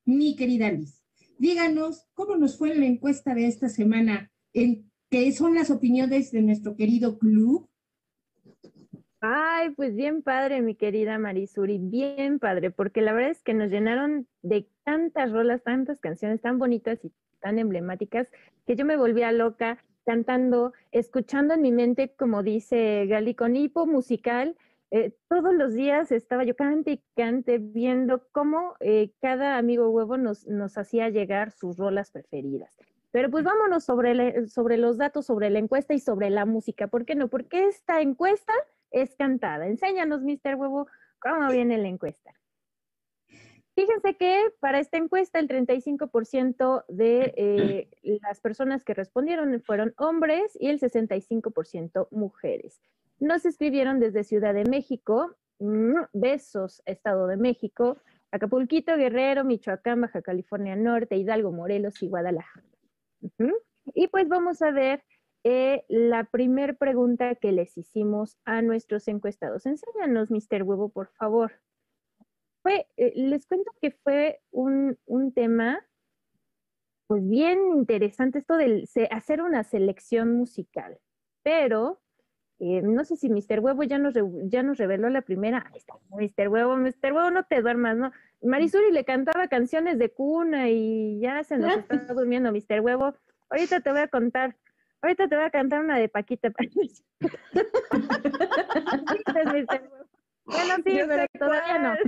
Mi querida Liz, díganos cómo nos fue en la encuesta de esta semana, en qué son las opiniones de nuestro querido club. Ay, pues bien padre, mi querida Marisuri, bien padre, porque la verdad es que nos llenaron de tantas rolas, tantas canciones tan bonitas y tan emblemáticas, que yo me volvía loca cantando, escuchando en mi mente, como dice Gali, con hipo musical. Eh, todos los días estaba yo cante y cante, viendo cómo eh, cada amigo huevo nos, nos hacía llegar sus rolas preferidas. Pero pues vámonos sobre, la- sobre los datos, sobre la encuesta y sobre la música. ¿Por qué no? Porque esta encuesta es cantada. Enséñanos, mister Huevo, cómo viene la encuesta. Fíjense que para esta encuesta el treinta y cinco por ciento de eh, las personas que respondieron fueron hombres y el sesenta y cinco por ciento mujeres. Nos escribieron desde Ciudad de México, mm, besos, Estado de México, Acapulquito, Guerrero, Michoacán, Baja California Norte, Hidalgo, Morelos y Guadalajara. Ujú. Y pues vamos a ver eh, la primer pregunta que les hicimos a nuestros encuestados. Enséñanos, mister Huevo, por favor. Fue, eh, les cuento que fue un, un tema pues bien interesante esto de hacer una selección musical, pero eh, no sé si mister Huevo ya nos, re, ya nos reveló la primera. Ahí está, mister Huevo, mister Huevo, no te duermas, ¿no? Marisuri le cantaba canciones de cuna y ya se nos está durmiendo, mister Huevo. Ahorita te voy a contar, ahorita te voy a cantar una de Paquita. Bueno, sí, pero todavía no.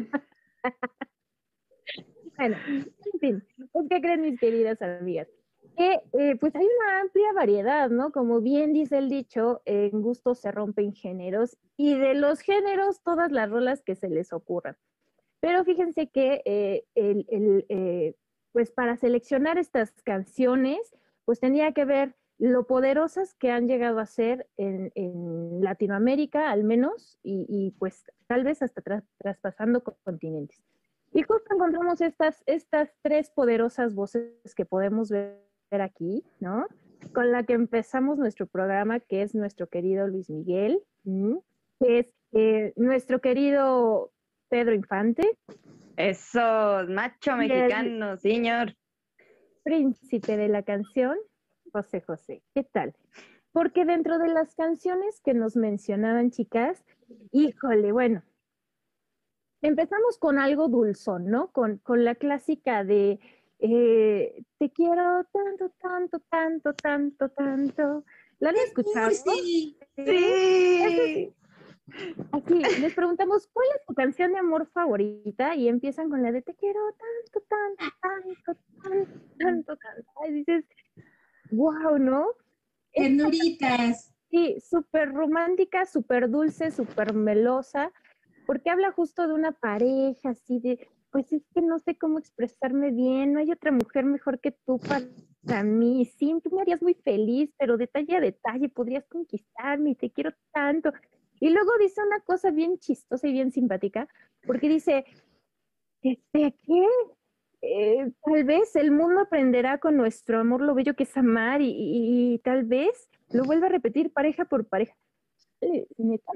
Bueno, en fin, pues, ¿qué creen, mis queridas amigas? Que eh, pues hay una amplia variedad, ¿no? Como bien dice el dicho, en gustos se rompen géneros, y de los géneros todas las rolas que se les ocurran. Pero fíjense que eh, el, el, eh, pues para seleccionar estas canciones, pues tenía que ver lo poderosas que han llegado a ser en, en Latinoamérica, al menos, y, y pues tal vez hasta tra traspasando continentes. Y justo encontramos estas, estas tres poderosas voces que podemos ver aquí, ¿no? Con la que empezamos nuestro programa, que es nuestro querido Luis Miguel, ¿m? Que es eh, nuestro querido Pedro Infante. Eso, macho mexicano, señor. Príncipe de la canción, José José. ¿Qué tal? Porque dentro de las canciones que nos mencionaban, chicas, híjole, bueno, empezamos con algo dulzón, ¿no? Con, con la clásica de eh, te quiero tanto, tanto, tanto, tanto, tanto. ¿La han escuchado? Sí. Sí. Aquí les preguntamos, ¿cuál es tu canción de amor favorita? Y empiezan con la de te quiero tanto, tanto, tanto, tanto, tanto, tanto. Y dices, wow, ¿no? Ternuritas. Sí, súper romántica, súper dulce, súper melosa, porque habla justo de una pareja así de, pues es que no sé cómo expresarme bien, no hay otra mujer mejor que tú para mí, sí, tú me harías muy feliz, pero detalle a detalle podrías conquistarme y te quiero tanto. Y luego dice una cosa bien chistosa y bien simpática, porque dice, este, ¿qué? Eh, tal vez el mundo aprenderá con nuestro amor lo bello que es amar y, y, y tal vez lo vuelva a repetir pareja por pareja. Eh, neta.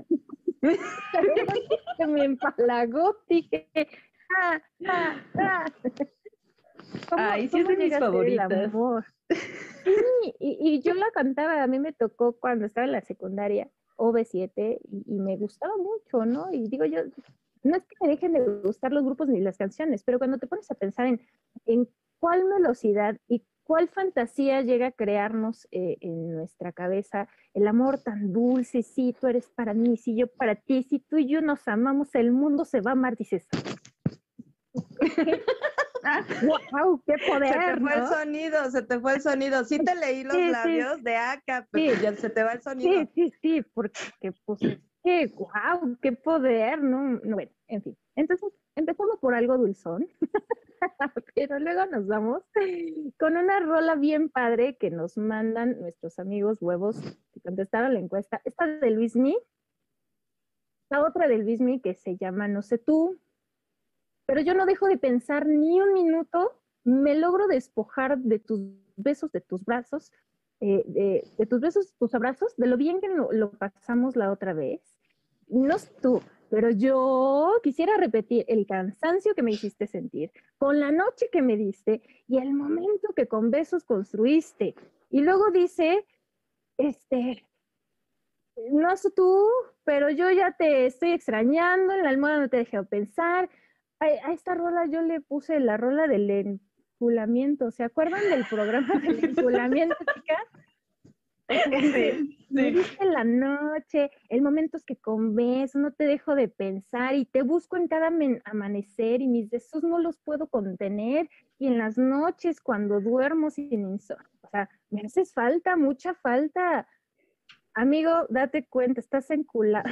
Se me empalagó, dije, ah, ah, ah. Ay, sí es de mis favoritas. Sí, y, y yo la cantaba, a mí me tocó cuando estaba en la secundaria, O V siete, y, y me gustaba mucho, ¿no? Y digo yo, no es que me dejen de gustar los grupos ni las canciones, pero cuando te pones a pensar en, en cuál velocidad y cuál fantasía llega a crearnos eh, en nuestra cabeza, el amor tan dulce, sí, tú eres para mí, sí, yo para ti, si tú y yo nos amamos, el mundo se va a amar, dices. ¡Wow! ¡Qué poder! Se te fue ¿no? el sonido, se te fue el sonido. Sí te leí los sí, labios sí. de acá, pero sí. ya se te va el sonido. Sí, sí, sí, porque pues, qué guau, qué poder, ¿no? Bueno, en fin. Entonces, empezamos por algo dulzón, pero luego nos vamos con una rola bien padre que nos mandan nuestros amigos huevos que contestaron la encuesta. Esta de Luismi, la otra de Luismi que se llama No sé tú, pero yo no dejo de pensar ni un minuto, me logro despojar de tus besos, de tus brazos, eh, de, de tus besos, tus abrazos, de lo bien que lo, lo pasamos la otra vez. No sé tú, pero yo quisiera repetir el cansancio que me hiciste sentir, con la noche que me diste y el momento que con besos construiste. Y luego dice, este, no sé tú, pero yo ya te estoy extrañando, en la almohada no te dejé pensar. A, a esta rola yo le puse la rola del enculamiento. ¿Se acuerdan del programa del enculamiento, chicas? Sí, Me sí. diste la noche, el momento es que con besos no te dejo de pensar y te busco en cada amen- amanecer y mis besos no los puedo contener y en las noches cuando duermo sin insomnio. O sea, me haces falta, mucha falta. Amigo, date cuenta, estás enculado.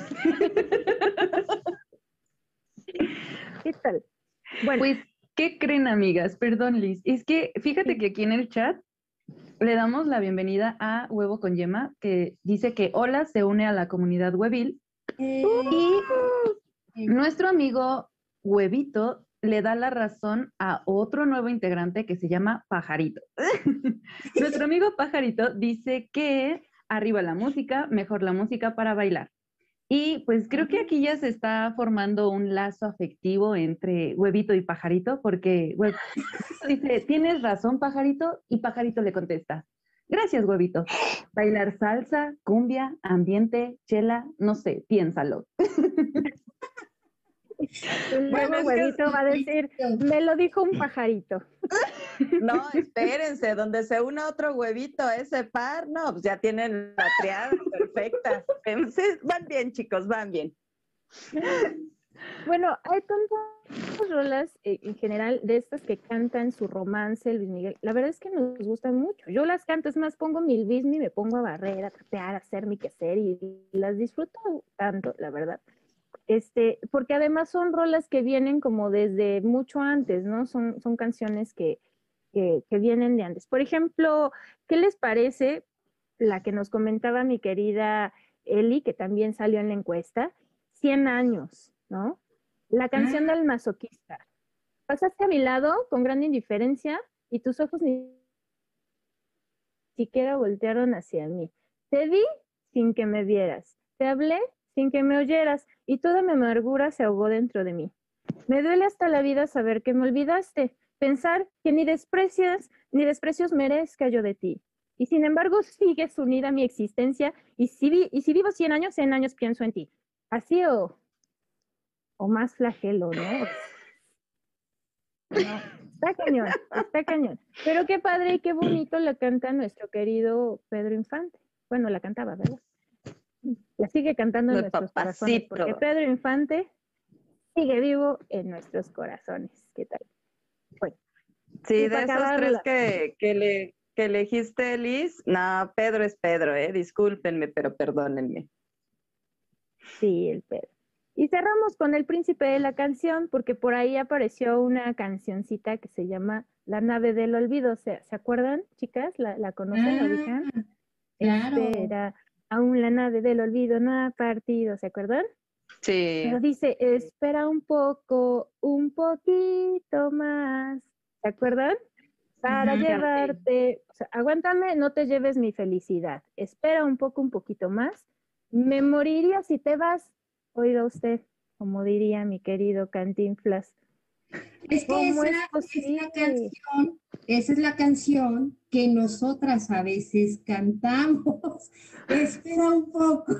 ¿Qué tal? Bueno, Pues, ¿qué creen, amigas? Perdón, Liz. Es que fíjate que aquí en el chat le damos la bienvenida a Huevo con Yema, que dice que hola, se une a la comunidad Huevil. Eh, Y nuestro amigo Huevito le da la razón a otro nuevo integrante que se llama Pajarito. Nuestro amigo Pajarito dice que arriba la música, mejor la música para bailar. Y pues creo que aquí ya se está formando un lazo afectivo entre Huevito y Pajarito, porque Huevito dice, tienes razón, Pajarito, y Pajarito le contesta, gracias, Huevito. Bailar salsa, cumbia, ambiente, chela, no sé, piénsalo. luego Bueno, es que Huevito va a decir, me lo dijo un pajarito. No, espérense, donde se una otro huevito a ese par, no, pues ya tienen la triada perfecta. Entonces, van bien, chicos, van bien. Bueno, hay tantas rolas eh, en general de estas que cantan su romance, Luis Miguel. La verdad es que nos gustan mucho. Yo las canto, es más, pongo mi Luismi, me pongo a barrer, a trapear, a hacer mi quehacer y, y las disfruto tanto, la verdad. Este, porque además son rolas que vienen como desde mucho antes, ¿no? Son, son canciones que, que, que vienen de antes. Por ejemplo, ¿qué les parece la que nos comentaba mi querida Eli, que también salió en la encuesta? cien años, ¿no? La canción del masoquista. Pasaste a mi lado con gran indiferencia y tus ojos ni siquiera voltearon hacia mí. Te vi sin que me vieras. Te hablé sin que me oyeras y toda mi amargura se ahogó dentro de mí. Me duele hasta la vida saber que me olvidaste, pensar que ni desprecias, ni desprecios merezca yo de ti. Y sin embargo sigues unida a mi existencia y si, vi, y si vivo cien años, cien años pienso en ti. Así o, o más flagelo, ¿no? No, está cañón, está cañón. Pero qué padre y qué bonito la canta nuestro querido Pedro Infante. Bueno, la cantaba, ¿verdad? La sigue cantando en El nuestros corazones, papacito. porque Pedro Infante sigue vivo en nuestros corazones. ¿Qué tal? Bueno, Sí, y de para esos acabarla. tres que, que, le, que elegiste, Liz, no, Pedro es Pedro, ¿eh? Discúlpenme, pero perdónenme. Sí, el Pedro. Y cerramos con el príncipe de la canción, porque por ahí apareció una cancioncita que se llama La nave del olvido. ¿Se, ¿se acuerdan, chicas? ¿La, la conocen? ¿La ubican? claro. Espera, aún la nave del olvido no ha partido, ¿se acuerdan? Sí. Pero dice, espera un poco, un poquito más. ¿Se acuerdan? Para Ajá. llevarte, o sea, aguántame, no te lleves mi felicidad. Espera un poco, un poquito más. Me moriría si te vas. Oiga usted, como diría mi querido Cantinflas. Es que ¿Cómo esa es es la posible? canción, esa es la canción que nosotras a veces cantamos. Espera un poco.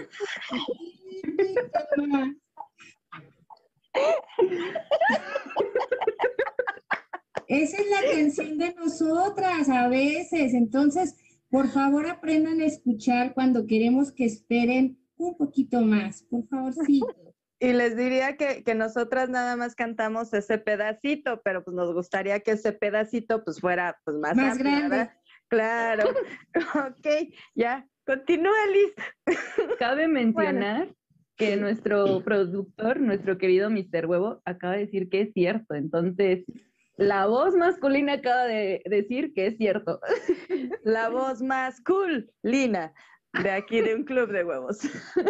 Esa es la canción de nosotras a veces. Entonces, por favor, aprendan a escuchar cuando queremos que esperen un poquito más. Por favor, sí. Y les diría que, que nosotras nada más cantamos ese pedacito, pero pues nos gustaría que ese pedacito pues fuera pues más, Más amplio, grande. ¿verdad? Claro. Ok, ya. Continúa, Liz. Cabe mencionar que nuestro productor, nuestro querido mister Huevo, acaba de decir que es cierto. Entonces, la voz masculina acaba de decir que es cierto. La voz más cool, Lina, de aquí de un club de huevos.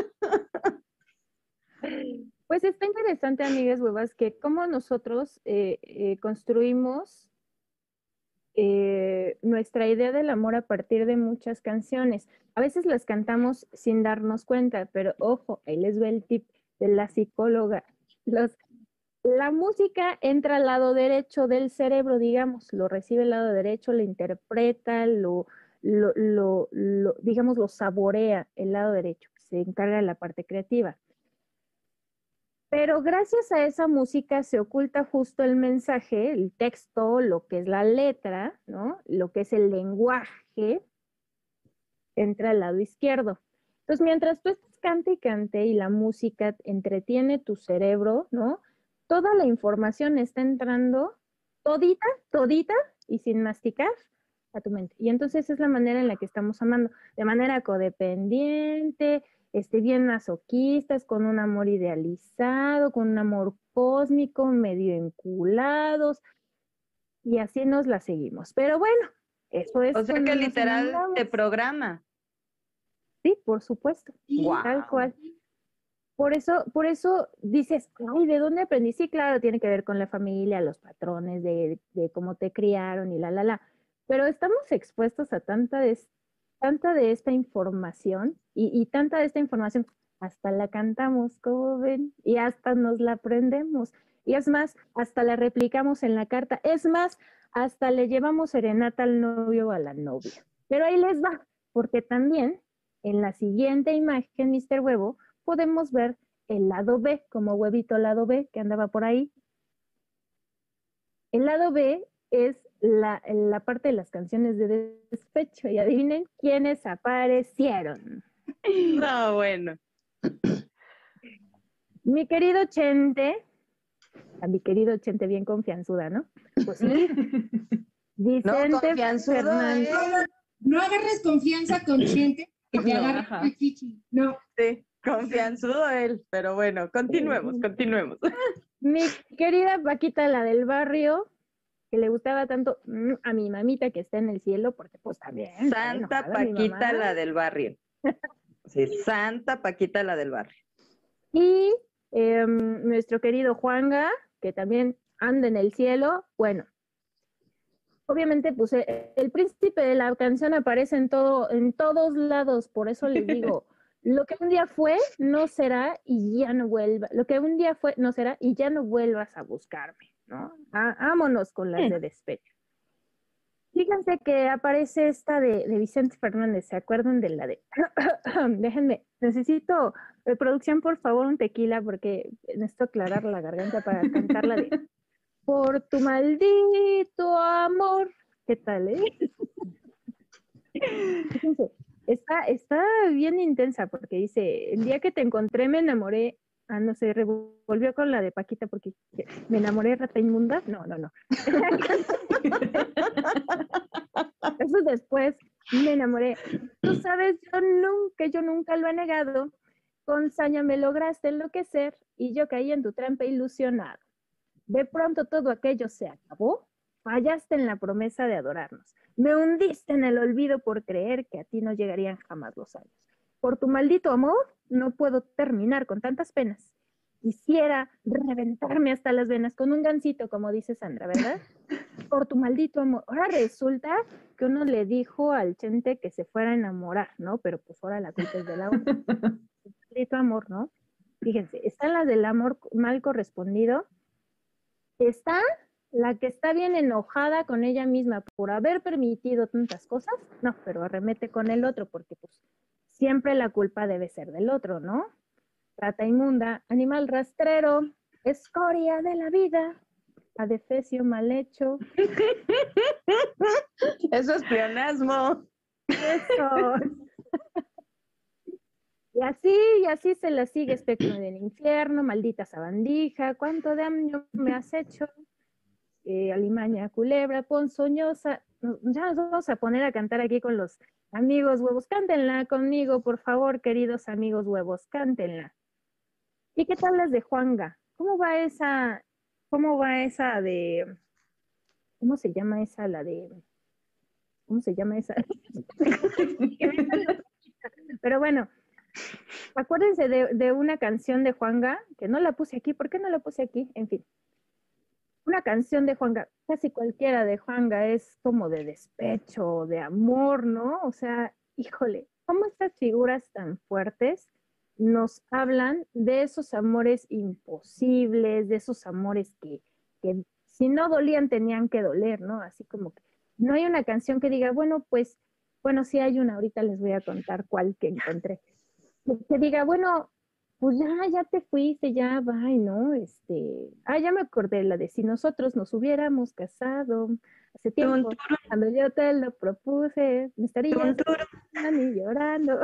Pues está interesante, amigas huevas, que cómo nosotros eh, eh, construimos eh, nuestra idea del amor a partir de muchas canciones. A veces las cantamos sin darnos cuenta, pero ojo, ahí les va el tip. de la psicóloga. Los, la música entra al lado derecho del cerebro, digamos, lo recibe el lado derecho, lo interpreta, lo, lo, lo, lo digamos, lo saborea el lado derecho, que se encarga de la parte creativa. Pero gracias a esa música se oculta justo el mensaje, el texto, lo que es la letra, ¿no? Lo que es el lenguaje, entra al lado izquierdo. Entonces, mientras tú estás cante y cante y la música entretiene tu cerebro, ¿no? Toda la información está entrando todita, todita y sin masticar a tu mente. Y entonces esa es la manera en la que estamos amando, de manera codependiente, este, bien masoquistas, con un amor idealizado, con un amor cósmico, medio vinculados, y así nos la seguimos. Pero bueno, eso es. O sea que literal te programa. Sí, por supuesto, wow. Tal cual. Por eso, por eso dices, ay, ¿de dónde aprendí? Sí, claro, tiene que ver con la familia, los patrones de, de cómo te criaron y la, la, la. Pero estamos expuestos a tanta de, tanta de esta información y, y tanta de esta información, hasta la cantamos, como ven, y hasta nos la aprendemos. Y es más, hasta la replicamos en la carta. Es más, hasta le llevamos serenata al novio o a la novia. Pero ahí les va, porque también en la siguiente imagen, mister Huevo, podemos ver el lado B, como huevito lado B, que andaba por ahí. El lado B es la, la parte de las canciones de despecho, y adivinen quiénes aparecieron. No, bueno. Mi querido Chente, a mi querido Chente bien confianzuda, ¿no? Pues sí. Vicente no, Fernández. ¿eh? No, no agarres confianza con Chente, que te no, agarra el chichi. No. Sí, confianzudo él, pero bueno, continuemos, continuemos. Mi querida Paquita, la del barrio, que le gustaba tanto mm, a mi mamita que está en el cielo, porque pues también. Santa Paquita, la del barrio. Sí, Santa Paquita, la del barrio. Y eh, nuestro querido Juanga, que también anda en el cielo, bueno. Obviamente, pues el príncipe de la canción aparece en todo, en todos lados, por eso les digo, lo que un día fue, no será y ya no vuelva, lo que un día fue, no será y ya no vuelvas a buscarme, ¿no? Ah, vámonos con las de despecho. Fíjense que aparece esta de, de Vicente Fernández, ¿se acuerdan de la de? Déjenme, necesito, de producción, por favor, un tequila, porque necesito aclarar la garganta para cantar la de... Por tu maldito amor. ¿Qué tal, eh? Fíjense, está, está bien intensa porque dice, el día que te encontré me enamoré. Ah, no sé, revolvió con la de Paquita porque me enamoré, rata inmunda. No, no, no. Eso después, me enamoré. Tú sabes, yo nunca, yo nunca lo he negado. Con saña me lograste enloquecer y yo caí en tu trampa ilusionado. De pronto todo aquello se acabó, fallaste en la promesa de adorarnos, me hundiste en el olvido por creer que a ti no llegarían jamás los años. Por tu maldito amor no puedo terminar con tantas penas. Quisiera reventarme hasta las venas con un gansito, como dice Sandra, ¿verdad? Por tu maldito amor. Ahora resulta que uno le dijo al Chente que se fuera a enamorar, ¿no? Pero pues ahora la culpa es de la otra. Maldito amor, ¿no? Fíjense, están las del amor mal correspondido. Está la que está bien enojada con ella misma por haber permitido tantas cosas, no, pero arremete con el otro, porque pues siempre la culpa debe ser del otro, ¿no? Rata inmunda, animal rastrero, escoria de la vida, adefesio mal hecho. Eso es pleonasmo. Eso. Y así, y así se la sigue, espectro del infierno, maldita sabandija, cuánto daño me has hecho, eh, alimaña, culebra, ponzoñosa. Ya nos vamos a poner a cantar aquí con los amigos huevos. Cántenla conmigo, por favor, queridos amigos huevos, cántenla. ¿Y qué tal las de Juanga? ¿Cómo va esa, cómo va esa de, cómo se llama esa, la de, cómo se llama esa? Pero bueno, acuérdense de, de una canción de Juanga, que no la puse aquí. ¿Por qué no la puse aquí? En fin. Una canción de Juanga, casi cualquiera de Juanga es como de despecho, de amor, ¿no? O sea, híjole, ¿cómo estas figuras tan fuertes nos hablan de esos amores imposibles, de esos amores que, que si no dolían tenían que doler, ¿no? Así como que no hay una canción que diga, bueno, pues, bueno, sí hay una, ahorita les voy a contar cuál que encontré. Que, que diga, bueno, pues ya, ya te fuiste, ya, bye, ¿no? Este, ah, ya me acordé, la de si nosotros nos hubiéramos casado hace tiempo, cuando yo te lo propuse, me estarías ni llorando.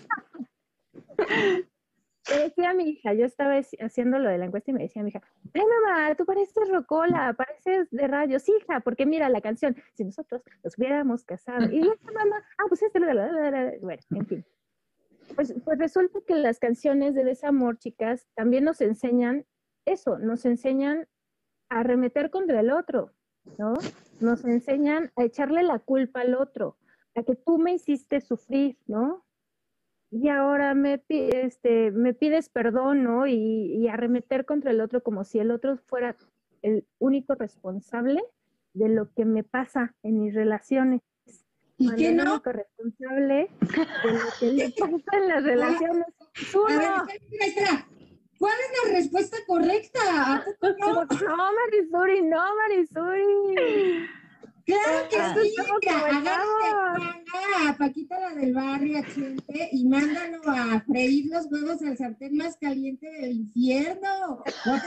Me decía mi hija, yo estaba haciendo lo de la encuesta y me decía mi hija, ay mamá, tú pareces rocola, pareces de radio. Sí, hija, porque mira la canción, si nosotros nos hubiéramos casado. Y yo, mamá, ah, pues este, bueno, en fin. Pues, pues resulta que las canciones de desamor, chicas, también nos enseñan eso, nos enseñan a arremeter contra el otro, ¿no? Nos enseñan a echarle la culpa al otro, a que tú me hiciste sufrir, ¿no? Y ahora me, este, me pides perdón, ¿no? Y, y arremeter contra el otro como si el otro fuera el único responsable de lo que me pasa en mis relaciones. ¿Y qué no? El único responsable de lo que le pasa en las relaciones. ¡Uno! A ver, espera, espera. ¿Cuál es la respuesta correcta? ¿A poco no? No, Marisuri, no, Marisuri. Claro que Ah, sí, estamos agárrate a Paquita la del barrio, a Chente, y mándalo a freír los huevos al sartén más caliente del infierno.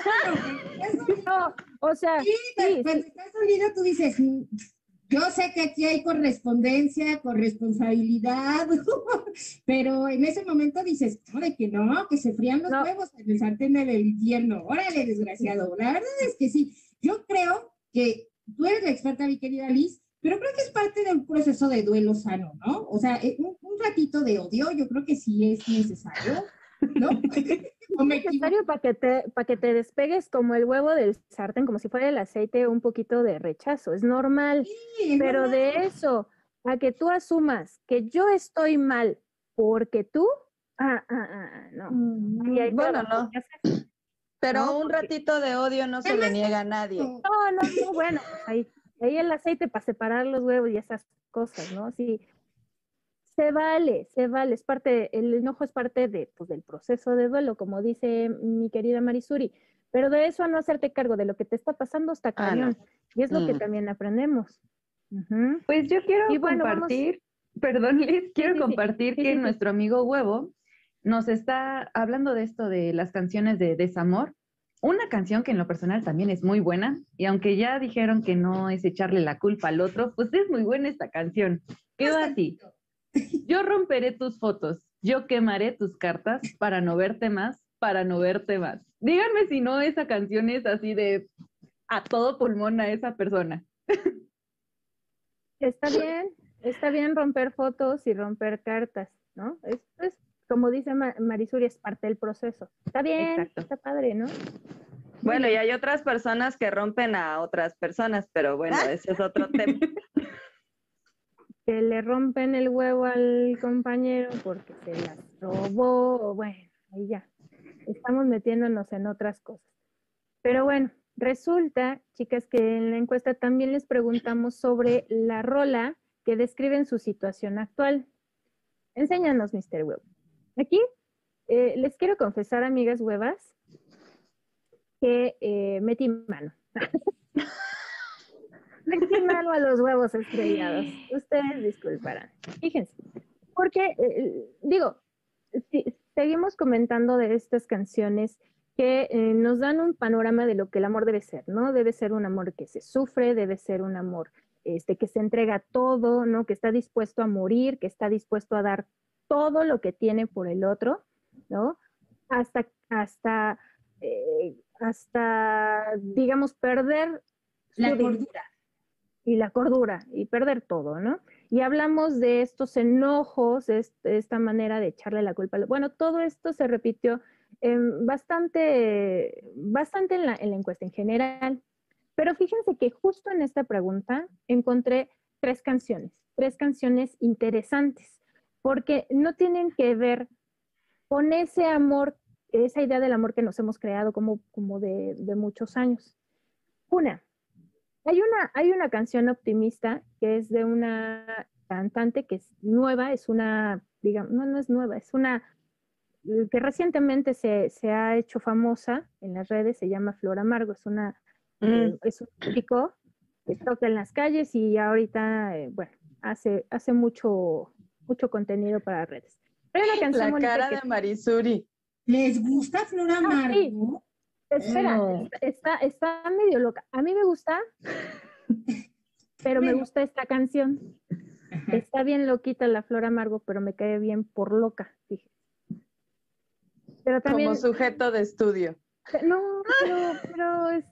No, o sea, sí, sí, cuando sí. estás dolido tú dices, yo sé que aquí hay correspondencia, corresponsabilidad, pero en ese momento dices, no, de que no, que se frían los No. huevos en el sartén del infierno. Órale, desgraciado. La verdad es que sí. Yo creo que tú eres la experta, mi querida Liz, pero creo que es parte de un proceso de duelo sano, ¿no? O sea, eh, un, un ratito de odio, yo creo que sí es necesario, ¿no? ¿O me Es necesario para que, te, para que te despegues como el huevo del sartén, como si fuera el aceite, un poquito de rechazo. Es normal. Sí, Pero no, no. de eso, a que tú asumas que yo estoy mal porque tú, ah, ah, ah, no. Mm, Ahí hay bueno, trabajo no. que hacer. Pero No, un porque- ratito de odio no se le niega a nadie. No, no, no, bueno, pues ahí, ahí el aceite para separar los huevos y esas cosas, ¿no? Sí, se vale, se vale, es parte, el enojo es parte de, pues, del proceso de duelo, como dice mi querida Marisuri, pero de eso a no hacerte cargo de lo que te está pasando está Ah, no. cañón, y es lo que Mm. también aprendemos. Ujú. Pues yo quiero Y bueno, vamos- compartir, perdón Liz, quiero sí, sí. compartir Sí, que sí, sí. nuestro amigo Huevo nos está hablando de esto de las canciones de desamor. Una canción que en lo personal también es muy buena, y aunque ya dijeron que no es echarle la culpa al otro, pues es muy buena esta canción. Quedó así. Yo romperé tus fotos, yo quemaré tus cartas para no verte más, para no verte más. Díganme si no esa canción es así de a todo pulmón a esa persona. Está bien, está bien romper fotos y romper cartas, ¿no? Es, es como dice Ma- Marisuri, es parte del proceso. Está bien, Exacto. está padre, ¿no? Bueno, y hay otras personas que rompen a otras personas, pero bueno, ese es otro tema. Que le rompen el huevo al compañero porque se las robó, o bueno, ahí ya, estamos metiéndonos en otras cosas. Pero bueno, resulta, chicas, que en la encuesta también les preguntamos sobre la rola que describen su situación actual. Enséñanos, mister Huevo. Aquí eh, les quiero confesar, amigas huevas, que eh, metí mano. Metí mano a los huevos estrellados. Ustedes disculparán. Fíjense, porque, eh, digo, si, seguimos comentando de estas canciones que eh, nos dan un panorama de lo que el amor debe ser, ¿no? Debe ser un amor que se sufre, debe ser un amor este, que se entrega todo, ¿no? Que está dispuesto a morir, que está dispuesto a dar todo lo que tiene por el otro, ¿no? Hasta, hasta, eh, hasta, digamos, perder La su cordura. dignidad y la cordura y perder todo, ¿no? Y hablamos de estos enojos, de esta manera de echarle la culpa. Bueno, todo esto se repitió eh, bastante, bastante en la, en la encuesta en general. Pero fíjense que justo en esta pregunta encontré tres canciones, tres canciones interesantes, porque no tienen que ver con ese amor, esa idea del amor que nos hemos creado como, como de, de muchos años. Una, hay una, hay una canción optimista que es de una cantante que es nueva, es una, digamos, no, no es nueva, es una que recientemente se, se ha hecho famosa en las redes, se llama Flor Amargo, es, una, mm. eh, es un chico que toca en las calles y ahorita, eh, bueno, hace, hace mucho, mucho contenido para redes. Hay una canción La cara que... de Marisuri. ¿Les gusta Flor Amargo? Ah, sí. Espera, no. está, está medio loca. A mí me gusta, pero me gusta esta canción. Ajá. Está bien loquita la Flor Amargo, pero me cae bien por loca, fíjate. Pero también, como sujeto de estudio. No, pero, pero es,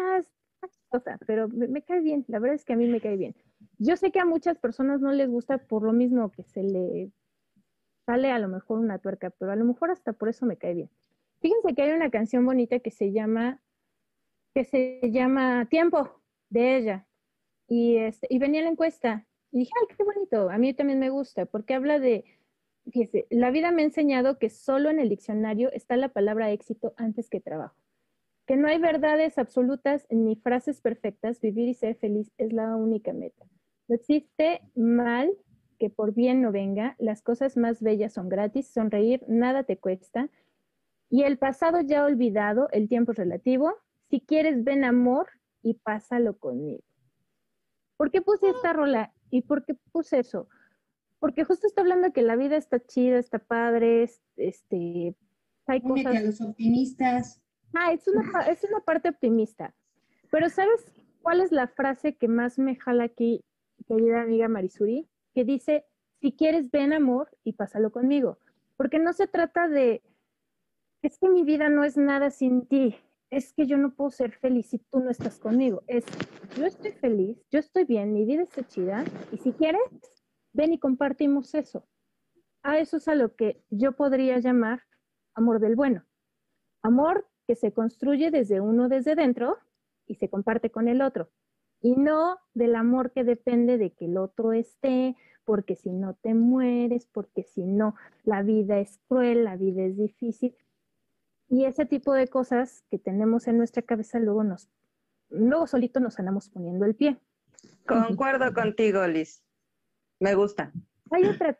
o sea, pero me, me cae bien, la verdad es que a mí me cae bien. Yo sé que a muchas personas no les gusta por lo mismo que se le sale a lo mejor una tuerca, pero a lo mejor hasta por eso me cae bien. Fíjense que hay una canción bonita que se llama, que se llama Tiempo, de ella, y, este, y venía la encuesta, y dije, ay, qué bonito, a mí también me gusta, porque habla de, fíjese, la vida me ha enseñado que solo en el diccionario está la palabra éxito antes que trabajo, que no hay verdades absolutas ni frases perfectas, vivir y ser feliz es la única meta. No existe mal que por bien no venga, las cosas más bellas son gratis, sonreír nada te cuesta, y el pasado ya olvidado, el tiempo es relativo, si quieres ven amor y pásalo conmigo. ¿Por qué puse esta rola? ¿Y por qué puse eso? Porque justo está hablando de que la vida está chida, está padre, este, hay Únete cosas... a los optimistas. Ah, es una, es una parte optimista. Pero ¿sabes cuál es la frase que más me jala aquí, querida amiga Marisuri? Que dice, si quieres ven amor y pásalo conmigo. Porque no se trata de, es que mi vida no es nada sin ti, es que yo no puedo ser feliz si tú no estás conmigo. Es, yo estoy feliz, yo estoy bien, mi vida está chida, y si quieres, ven y compartimos eso. A eso es a lo que yo podría llamar amor del bueno. Amor que se construye desde uno desde dentro y se comparte con el otro. Y no del amor que depende de que el otro esté, porque si no te mueres, porque si no la vida es cruel, la vida es difícil. Y ese tipo de cosas que tenemos en nuestra cabeza luego nos, luego solito nos andamos poniendo el pie. Concuerdo contigo, Liz. Me gusta. Hay otra,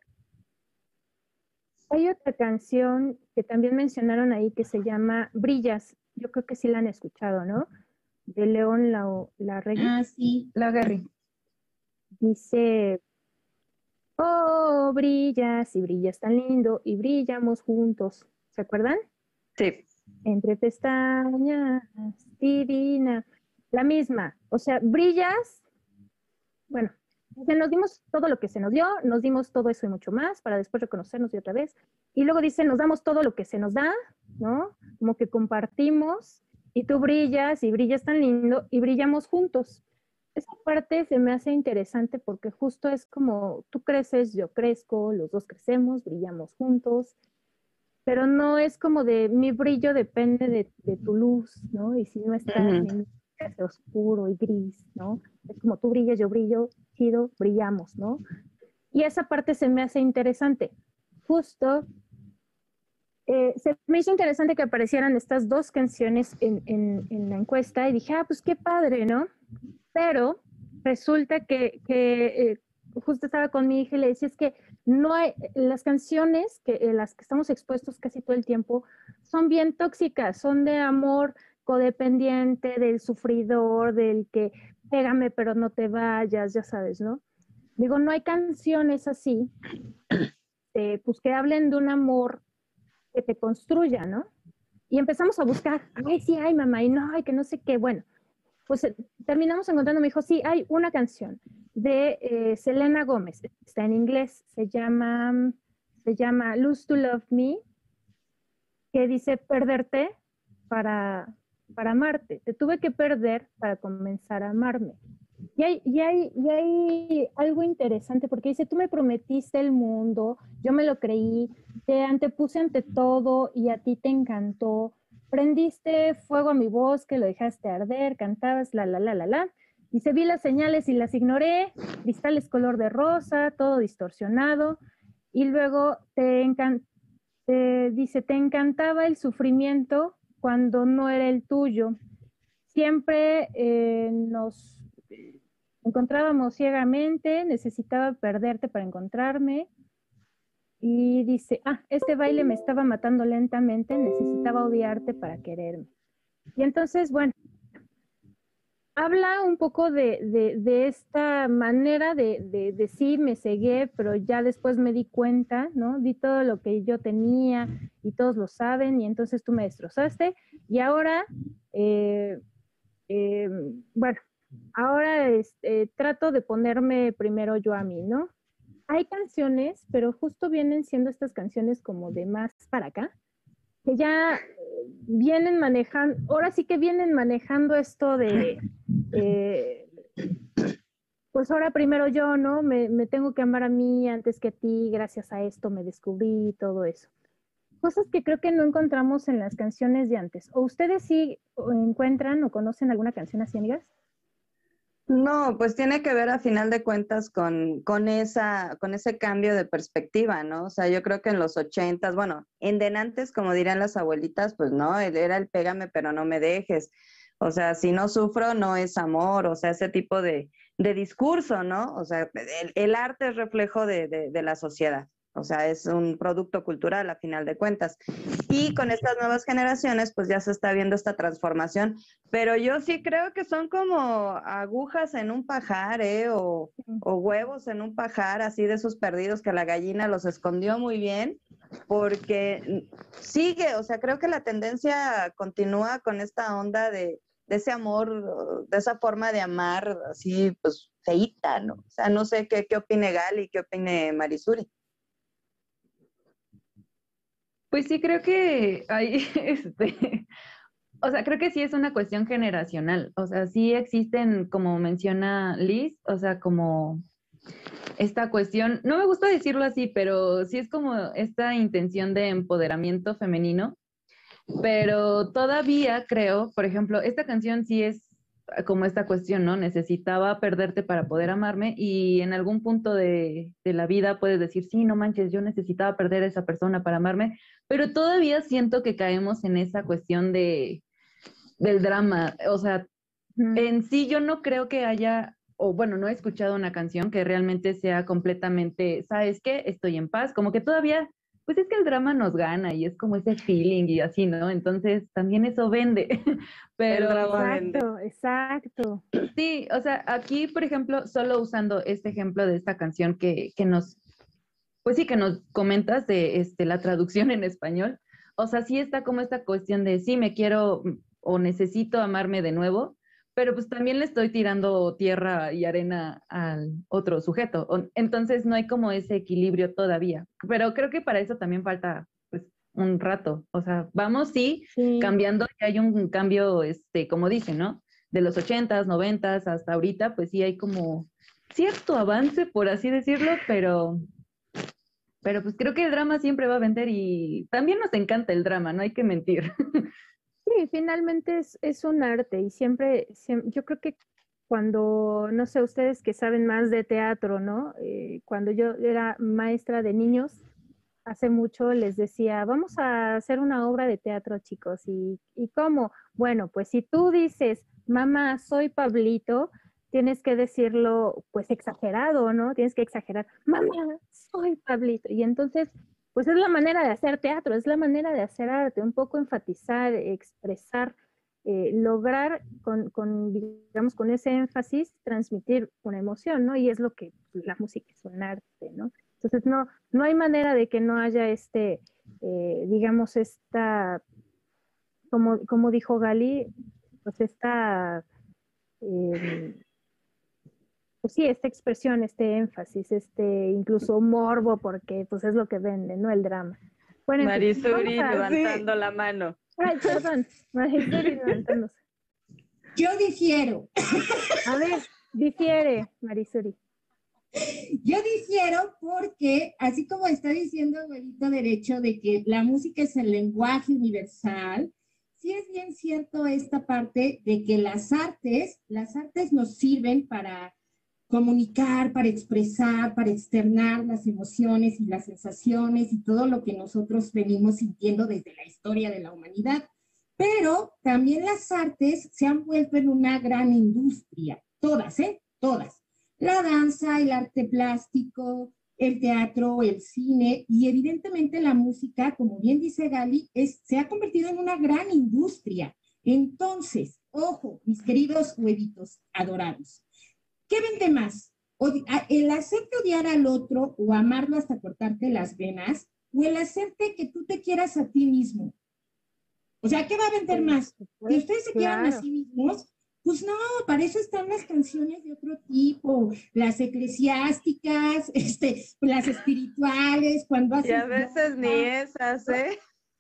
hay otra canción que también mencionaron ahí que se llama Brillas. Yo creo que sí la han escuchado, ¿no? De León Larregui. Ah, sí, Larregui. Dice, oh, brillas y brillas tan lindo y brillamos juntos. ¿Se acuerdan? Sí. Entre pestañas, divina. La misma. O sea, brillas. Bueno, nos dimos todo lo que se nos dio, nos dimos todo eso y mucho más para después reconocernos y otra vez. Y luego dice, nos damos todo lo que se nos da, ¿no? Como que compartimos y tú brillas y brillas tan lindo y brillamos juntos. Esa parte se me hace interesante porque justo es como tú creces, yo crezco, los dos crecemos, brillamos juntos, pero no es como de mi brillo depende de, de tu luz, ¿no? Y si no está, uh-huh. mi luz es oscuro y gris, ¿no? Es como tú brillas, yo brillo, chido, brillamos, ¿no? Y esa parte se me hace interesante. Justo eh, se me hizo interesante que aparecieran estas dos canciones en, en, en la encuesta y dije, ah, pues qué padre, ¿no? Pero resulta que, que eh, justo estaba con mi hija y le decía, es que no hay, las canciones que eh, las que estamos expuestos casi todo el tiempo son bien tóxicas, son de amor codependiente, del sufridor, del que pégame pero no te vayas, ya sabes, ¿no? Digo, no hay canciones así, eh, pues que hablen de un amor que te construya, ¿no? Y empezamos a buscar, ay, sí, ay, mamá, y no, ay, que no sé qué, bueno, pues eh, terminamos encontrando, me dijo, sí, hay una canción de eh, Selena Gómez, está en inglés, se llama, se llama Lose to Love Me, que dice perderte para, para amarte, te tuve que perder para comenzar a amarme. Y hay, y, hay, y hay algo interesante porque dice, tú me prometiste el mundo, yo me lo creí, te antepuse ante todo y a ti te encantó, prendiste fuego a mi bosque, lo dejaste arder, cantabas la, la, la, la, la. Dice, vi las señales y las ignoré, cristales color de rosa, todo distorsionado. Y luego te encanta, te, dice, te encantaba el sufrimiento cuando no era el tuyo. Siempre eh, nos encontrábamos ciegamente, necesitaba perderte para encontrarme. y dice, ah, este baile me estaba matando lentamente, necesitaba odiarte para quererme. Y entonces, bueno, habla un poco de, de, de esta manera de, de, de sí, me cegué, pero ya después me di cuenta, ¿no? Di todo lo que yo tenía y todos lo saben y entonces tú me destrozaste y ahora, eh, eh, bueno, ahora este, trato de ponerme primero yo a mí, ¿no? Hay canciones, pero justo vienen siendo estas canciones como de más para acá, que ya vienen manejando, ahora sí que vienen manejando esto de, eh, pues ahora primero yo, ¿no? Me, me tengo que amar a mí antes que a ti, gracias a esto me descubrí y todo eso. Cosas que creo que no encontramos en las canciones de antes. ¿O ustedes sí encuentran o conocen alguna canción así, amigas? No, pues tiene que ver a final de cuentas con, con, esa, con ese cambio de perspectiva, ¿no? O sea, yo creo que en los ochentas, bueno, en denantes, como dirían las abuelitas, pues no, era el pégame pero no me dejes. O sea, si no sufro no es amor, o sea, ese tipo de, de discurso, ¿no? O sea, el, el arte es reflejo de, de, de la sociedad. O sea, es un producto cultural a final de cuentas. Y con estas nuevas generaciones, pues ya se está viendo esta transformación. Pero yo sí creo que son como agujas en un pajar, ¿eh? O, o huevos en un pajar, así de esos perdidos que la gallina los escondió muy bien, porque sigue, o sea, creo que la tendencia continúa con esta onda de, de ese amor, de esa forma de amar, así, pues, feíta, ¿no? O sea, no sé qué, qué opine Gali, qué opine Marisuri. Pues sí, creo que hay, este, o sea, creo que sí es una cuestión generacional. O sea, sí existen, como menciona Liz, o sea, como esta cuestión, no me gusta decirlo así, pero sí es como esta intención de empoderamiento femenino. Pero todavía creo, por ejemplo, esta canción sí es como esta cuestión, ¿no? Necesitaba perderte para poder amarme y en algún punto de, de la vida puedes decir, sí, no manches, yo necesitaba perder a esa persona para amarme, pero todavía siento que caemos en esa cuestión de, del drama. O sea, mm. en sí yo no creo que haya, o bueno, no he escuchado una canción que realmente sea completamente, ¿sabes qué? Estoy en paz, como que todavía... Pues es que el drama nos gana y es como ese feeling y así, ¿no? Entonces también eso vende. Pero, el drama exacto, vende. Exacto. Sí, o sea, aquí, por ejemplo, solo usando este ejemplo de esta canción que, que nos, pues sí, que nos comentas de este, la traducción en español. O sea, sí está como esta cuestión de sí, me quiero o necesito amarme de nuevo, pero pues también le estoy tirando tierra y arena al otro sujeto. Entonces no hay como ese equilibrio todavía. Pero creo que para eso también falta pues un rato. O sea, vamos sí, sí. cambiando, y hay un cambio, este, como dicen, ¿no? De los ochentas, noventas hasta ahorita, pues sí hay como cierto avance, por así decirlo, pero, pero pues creo que el drama siempre va a vender y también nos encanta el drama, no hay que mentir. Sí, finalmente es, es un arte y siempre, siempre, yo creo que cuando, no sé, ustedes que saben más de teatro, ¿no? Eh, cuando yo era maestra de niños, hace mucho les decía, vamos a hacer una obra de teatro, chicos. ¿Y, y cómo? Bueno, pues si tú dices, mamá, soy Pablito, tienes que decirlo, pues exagerado, ¿no? Tienes que exagerar, mamá, soy Pablito. Y entonces... pues es la manera de hacer teatro, es la manera de hacer arte, un poco enfatizar, expresar, eh, lograr con, con, digamos, con ese énfasis transmitir una emoción, ¿no? Y es lo que la música es un arte, ¿no? Entonces no, no hay manera de que no haya este, eh, digamos, esta, como, como dijo Gali, pues esta... Eh, pues sí, esta expresión, este énfasis, este incluso morbo, porque pues es lo que vende, ¿no? El drama. Bueno, Marisuri a... levantando sí. la mano. Ay, perdón, Marisuri levantándose. Yo difiero. A ver, difiere, Marisuri. Yo difiero porque, así como está diciendo Abuelito Derecho de que la música es el lenguaje universal, sí es bien cierto esta parte de que las artes, las artes nos sirven para comunicar, para expresar, para externar las emociones y las sensaciones y todo lo que nosotros venimos sintiendo desde la historia de la humanidad. Pero también las artes se han vuelto en una gran industria, todas, ¿eh? Todas. La danza, el arte plástico, el teatro, el cine y evidentemente la música, como bien dice Gali, es, se ha convertido en una gran industria. Entonces, ojo, mis queridos huevitos adorados, ¿qué vende más? ¿El hacerte odiar al otro o amarlo hasta cortarte las venas? ¿O el hacerte que tú te quieras a ti mismo? O sea, ¿qué va a vender más? Que ustedes se quieran Claro. a sí mismos. Pues no, para eso están las canciones de otro tipo, las eclesiásticas, este, las espirituales, cuando haces... Y a veces ni esas, ¿eh?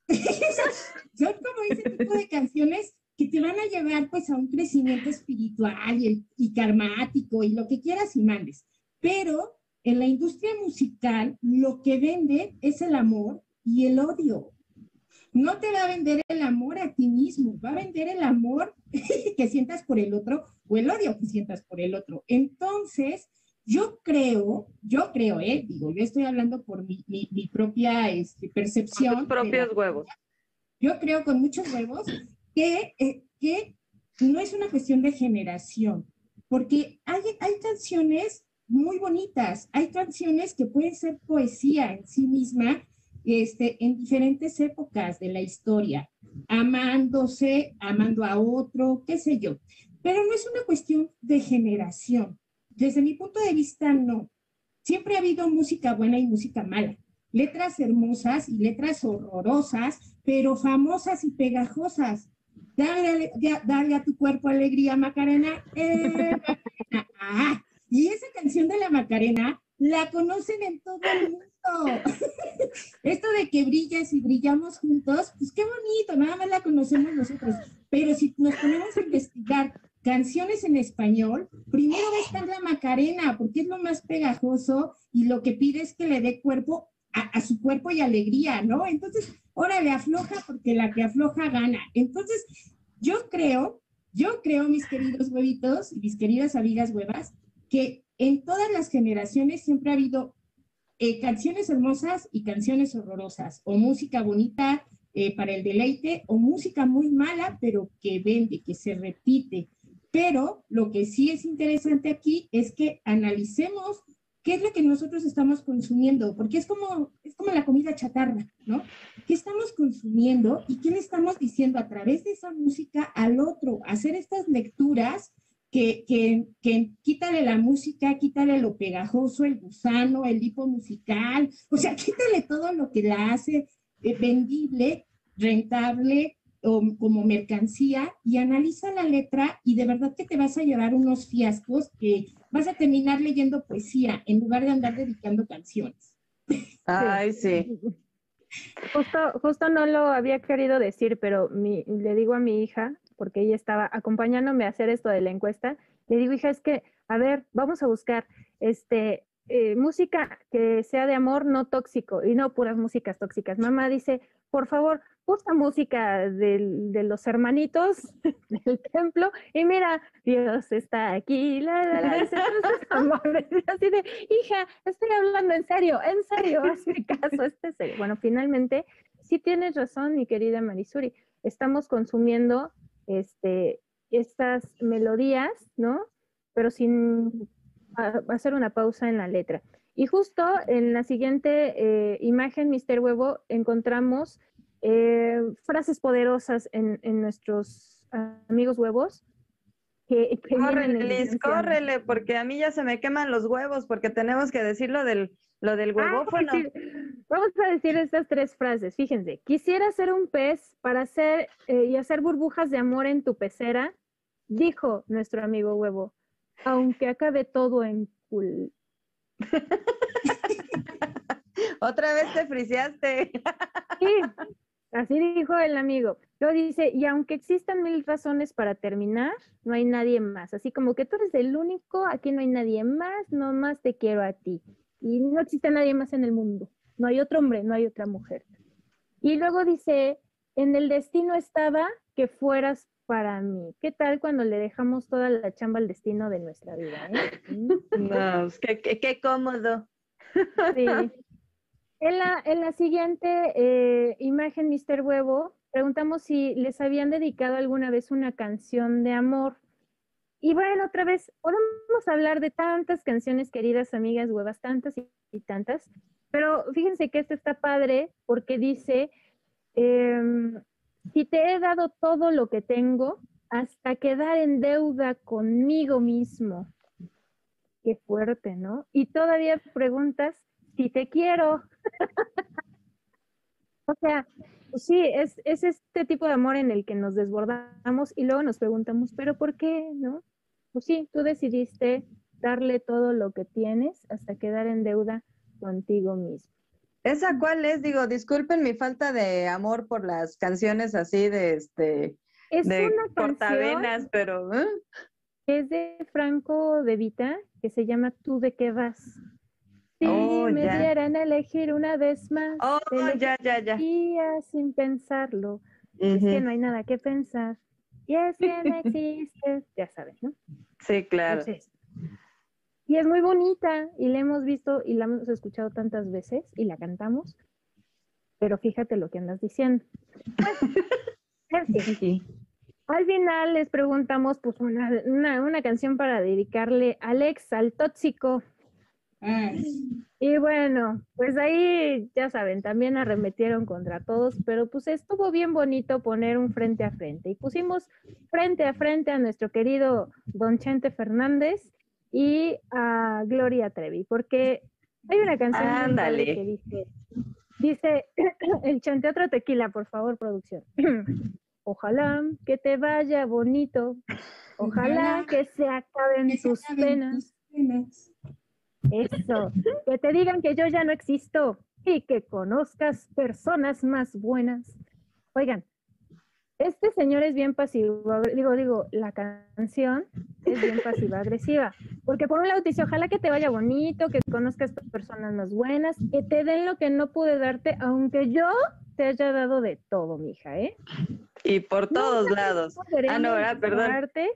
Son como ese tipo de canciones que te van a llevar pues a un crecimiento espiritual y, el, y karmático y lo que quieras y mandes. Pero en la industria musical lo que vende es el amor y el odio. No te va a vender el amor a ti mismo, va a vender el amor que sientas por el otro o el odio que sientas por el otro. Entonces, yo creo, yo creo, eh, digo, yo estoy hablando por mi, mi, mi propia este, percepción. Con tus propios la, huevos. Yo creo con muchos huevos que, eh, que no es una cuestión de generación, porque hay, hay canciones muy bonitas, hay canciones que pueden ser poesía en sí misma, Este, en diferentes épocas de la historia, amándose, amando a otro, qué sé yo. Pero no es una cuestión de generación. Desde mi punto de vista, no. Siempre ha habido música buena y música mala. Letras hermosas y letras horrorosas, pero famosas y pegajosas. Dale, dale a tu cuerpo alegría, Macarena. Eh, Macarena. Ah, y esa canción de la Macarena la conocen en todo el mundo. Esto de que brillas y brillamos juntos, pues qué bonito, nada más la conocemos nosotros. Pero si nos ponemos a investigar canciones en español, primero va a estar la Macarena, porque es lo más pegajoso y lo que pide es que le dé cuerpo a, a su cuerpo y alegría, ¿no? Entonces, órale, afloja, porque la que afloja gana. Entonces, yo creo, yo creo, mis queridos huevitos y mis queridas amigas huevas, que en todas las generaciones siempre ha habido eh, canciones hermosas y canciones horrorosas, o música bonita eh, para el deleite, o música muy mala, pero que vende, que se repite. Pero lo que sí es interesante aquí es que analicemos qué es lo que nosotros estamos consumiendo, porque es como, es como la comida chatarra, ¿no? ¿Qué estamos consumiendo y qué le estamos diciendo a través de esa música al otro? Hacer estas lecturas que, que, que quítale la música, quítale lo pegajoso, el gusano, el hipo musical, o sea, quítale todo lo que la hace eh, vendible, rentable, o, como mercancía, y analiza la letra y de verdad que te vas a llevar unos fiascos que vas a terminar leyendo poesía en lugar de andar dedicando canciones. Ay, sí. Justo, justo no lo había querido decir, pero mi, le digo a mi hija, porque ella estaba acompañándome a hacer esto de la encuesta, le digo, hija, es que, a ver, vamos a buscar este, eh, música que sea de amor no tóxico y no puras músicas tóxicas. Mamá dice, por favor, busca música de, de los hermanitos del templo y mira, Dios está aquí, la, la, la, dice, amor, así de, hija, estoy hablando en serio, en serio, hazme caso, este es serio. Bueno, finalmente, sí tienes razón, mi querida Marisuri, estamos consumiendo este, estas melodías, ¿no? Pero sin hacer una pausa en la letra. Y justo en la siguiente eh, imagen, mister Huevo, encontramos eh, frases poderosas en, en nuestros amigos huevos. Que, que córrele, Liz, córrele, porque a mí ya se me queman los huevos, porque tenemos que decir lo del, lo del huevófono. Ah, sí. Vamos a decir estas tres frases, fíjense. Quisiera ser un pez para hacer eh, y hacer burbujas de amor en tu pecera, dijo nuestro amigo huevo, aunque acabe todo en cul. Otra vez te friseaste. Sí, así dijo el amigo. Luego dice, y aunque existan mil razones para terminar, no hay nadie más. Así como que tú eres el único, aquí no hay nadie más, nomás te quiero a ti. Y no existe nadie más en el mundo. No hay otro hombre, no hay otra mujer. Y luego dice, en el destino estaba que fueras para mí. ¿Qué tal cuando le dejamos toda la chamba al destino de nuestra vida? ¿eh? No, qué, qué, qué cómodo. Sí. En la, en la siguiente eh, imagen, mister Huevo, preguntamos si les habían dedicado alguna vez una canción de amor. Y bueno, otra vez, podemos hablar de tantas canciones, queridas amigas huevas, tantas y, y tantas, pero fíjense que esta está padre porque dice, eh, si te he dado todo lo que tengo, hasta quedar en deuda conmigo mismo. Qué fuerte, ¿no? Y todavía preguntas si te quiero. O sea, pues sí, es, es este tipo de amor en el que nos desbordamos y luego nos preguntamos, ¿pero por qué? ¿No? Pues sí, tú decidiste darle todo lo que tienes hasta quedar en deuda contigo mismo. ¿Esa cuál es? Digo, disculpen mi falta de amor por las canciones así de este es de una portavenas, pero ¿eh? Es de Franco De Vita, que se llama ¿Tú de qué vas? Si oh, me ya. dieran a elegir una vez más, oh, ya, ya, ya. sin pensarlo. Uh-huh. Es que no hay nada que pensar. Y es que no existe, ya sabes, ¿no? Sí, claro. Entonces, y es muy bonita, y la hemos visto y la hemos escuchado tantas veces, y la cantamos, pero fíjate lo que andas diciendo. Pues, sí. Al final les preguntamos pues una, una, una canción para dedicarle a Alex, al tóxico. Ay. Y bueno, pues ahí ya saben, también arremetieron contra todos, pero pues estuvo bien bonito poner un frente a frente. Y pusimos frente a frente a nuestro querido Don Chente Fernández y a Gloria Trevi, porque hay una canción Ándale. que dice, dice, el Chente, otro tequila, por favor, producción. Ojalá que te vaya bonito, ojalá, ojalá que se acaben que tus, se acaben penas. tus penas. Eso, que te digan que yo ya no existo y que conozcas personas más buenas. Oigan, este señor es bien pasivo, digo, digo, la canción es bien pasiva agresiva, porque por un lado te dice, ojalá que te vaya bonito, que conozcas personas más buenas, que te den lo que no pude darte, aunque yo te haya dado de todo, mija, ¿eh? Y por todos no, lados. Ah, no, ¿verdad? Perdón. Te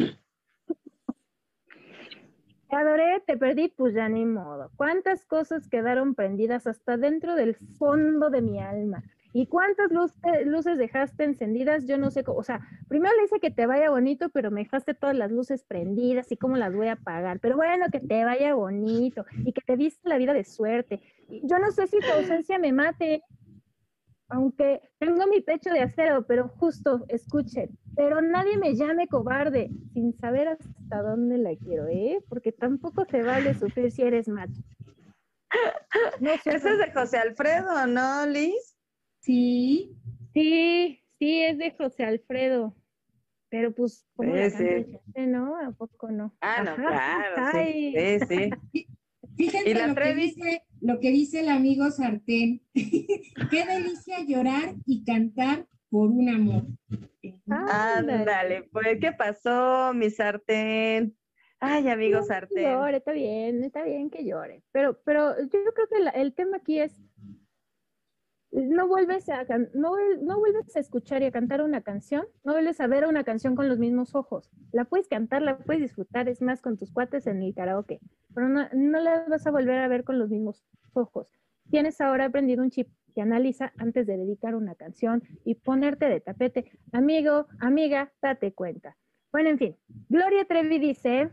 adoré, te perdí, pues ya ni modo. ¿Cuántas cosas quedaron prendidas hasta dentro del fondo de mi alma? ¿Y cuántas luces, luces dejaste encendidas? Yo no sé cómo, o sea, primero le hice que te vaya bonito, pero me dejaste todas las luces prendidas y cómo las voy a apagar. Pero bueno, que te vaya bonito y que te diste la vida de suerte. Yo no sé si tu ausencia me mate, aunque tengo mi pecho de acero, pero justo, escuchen, pero nadie me llame cobarde, sin saber hasta dónde la quiero, ¿eh? Porque tampoco se vale sufrir si eres macho. No, ese es de José Alfredo, ¿no, Liz? Sí. Sí, sí, es de José Alfredo. Pero pues, ¿cómo la canta, no? ¿A poco no? Ah, no, Ajá. claro, sí, sí, sí. Fíjense lo que, dice, lo que dice el amigo Sartén. Qué delicia llorar y cantar por un amor. Ándale, pues, ¿qué pasó, mi Sartén? Ay, amigo no, Sartén. Llore, está bien, está bien que llore. Pero, pero yo creo que la, el tema aquí es, no vuelves a no, no vuelves a escuchar y a cantar una canción, no vuelves a ver una canción con los mismos ojos. La puedes cantar, la puedes disfrutar, es más, con tus cuates en el karaoke, pero no, no la vas a volver a ver con los mismos ojos. Tienes ahora aprendido un chip que analiza antes de dedicar una canción y ponerte de tapete. Amigo, amiga, date cuenta. Bueno, en fin, Gloria Trevi dice,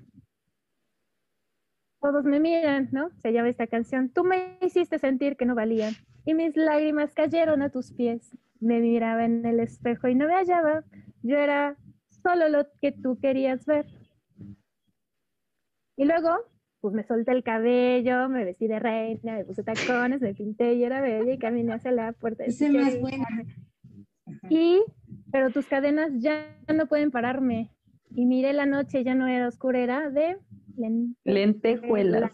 todos me miran, ¿no? Se llama esta canción. Tú me hiciste sentir que no valían y mis lágrimas cayeron a tus pies. Me miraba en el espejo y no me hallaba. Yo era solo lo que tú querías ver. Y luego, pues me solté el cabello, me vestí de reina, me puse tacones, me pinté y era bella y caminé hacia la puerta. Esa es más buena. Y, pero tus cadenas ya no pueden pararme. Y miré la noche, ya no era oscura, era de lentejuelas.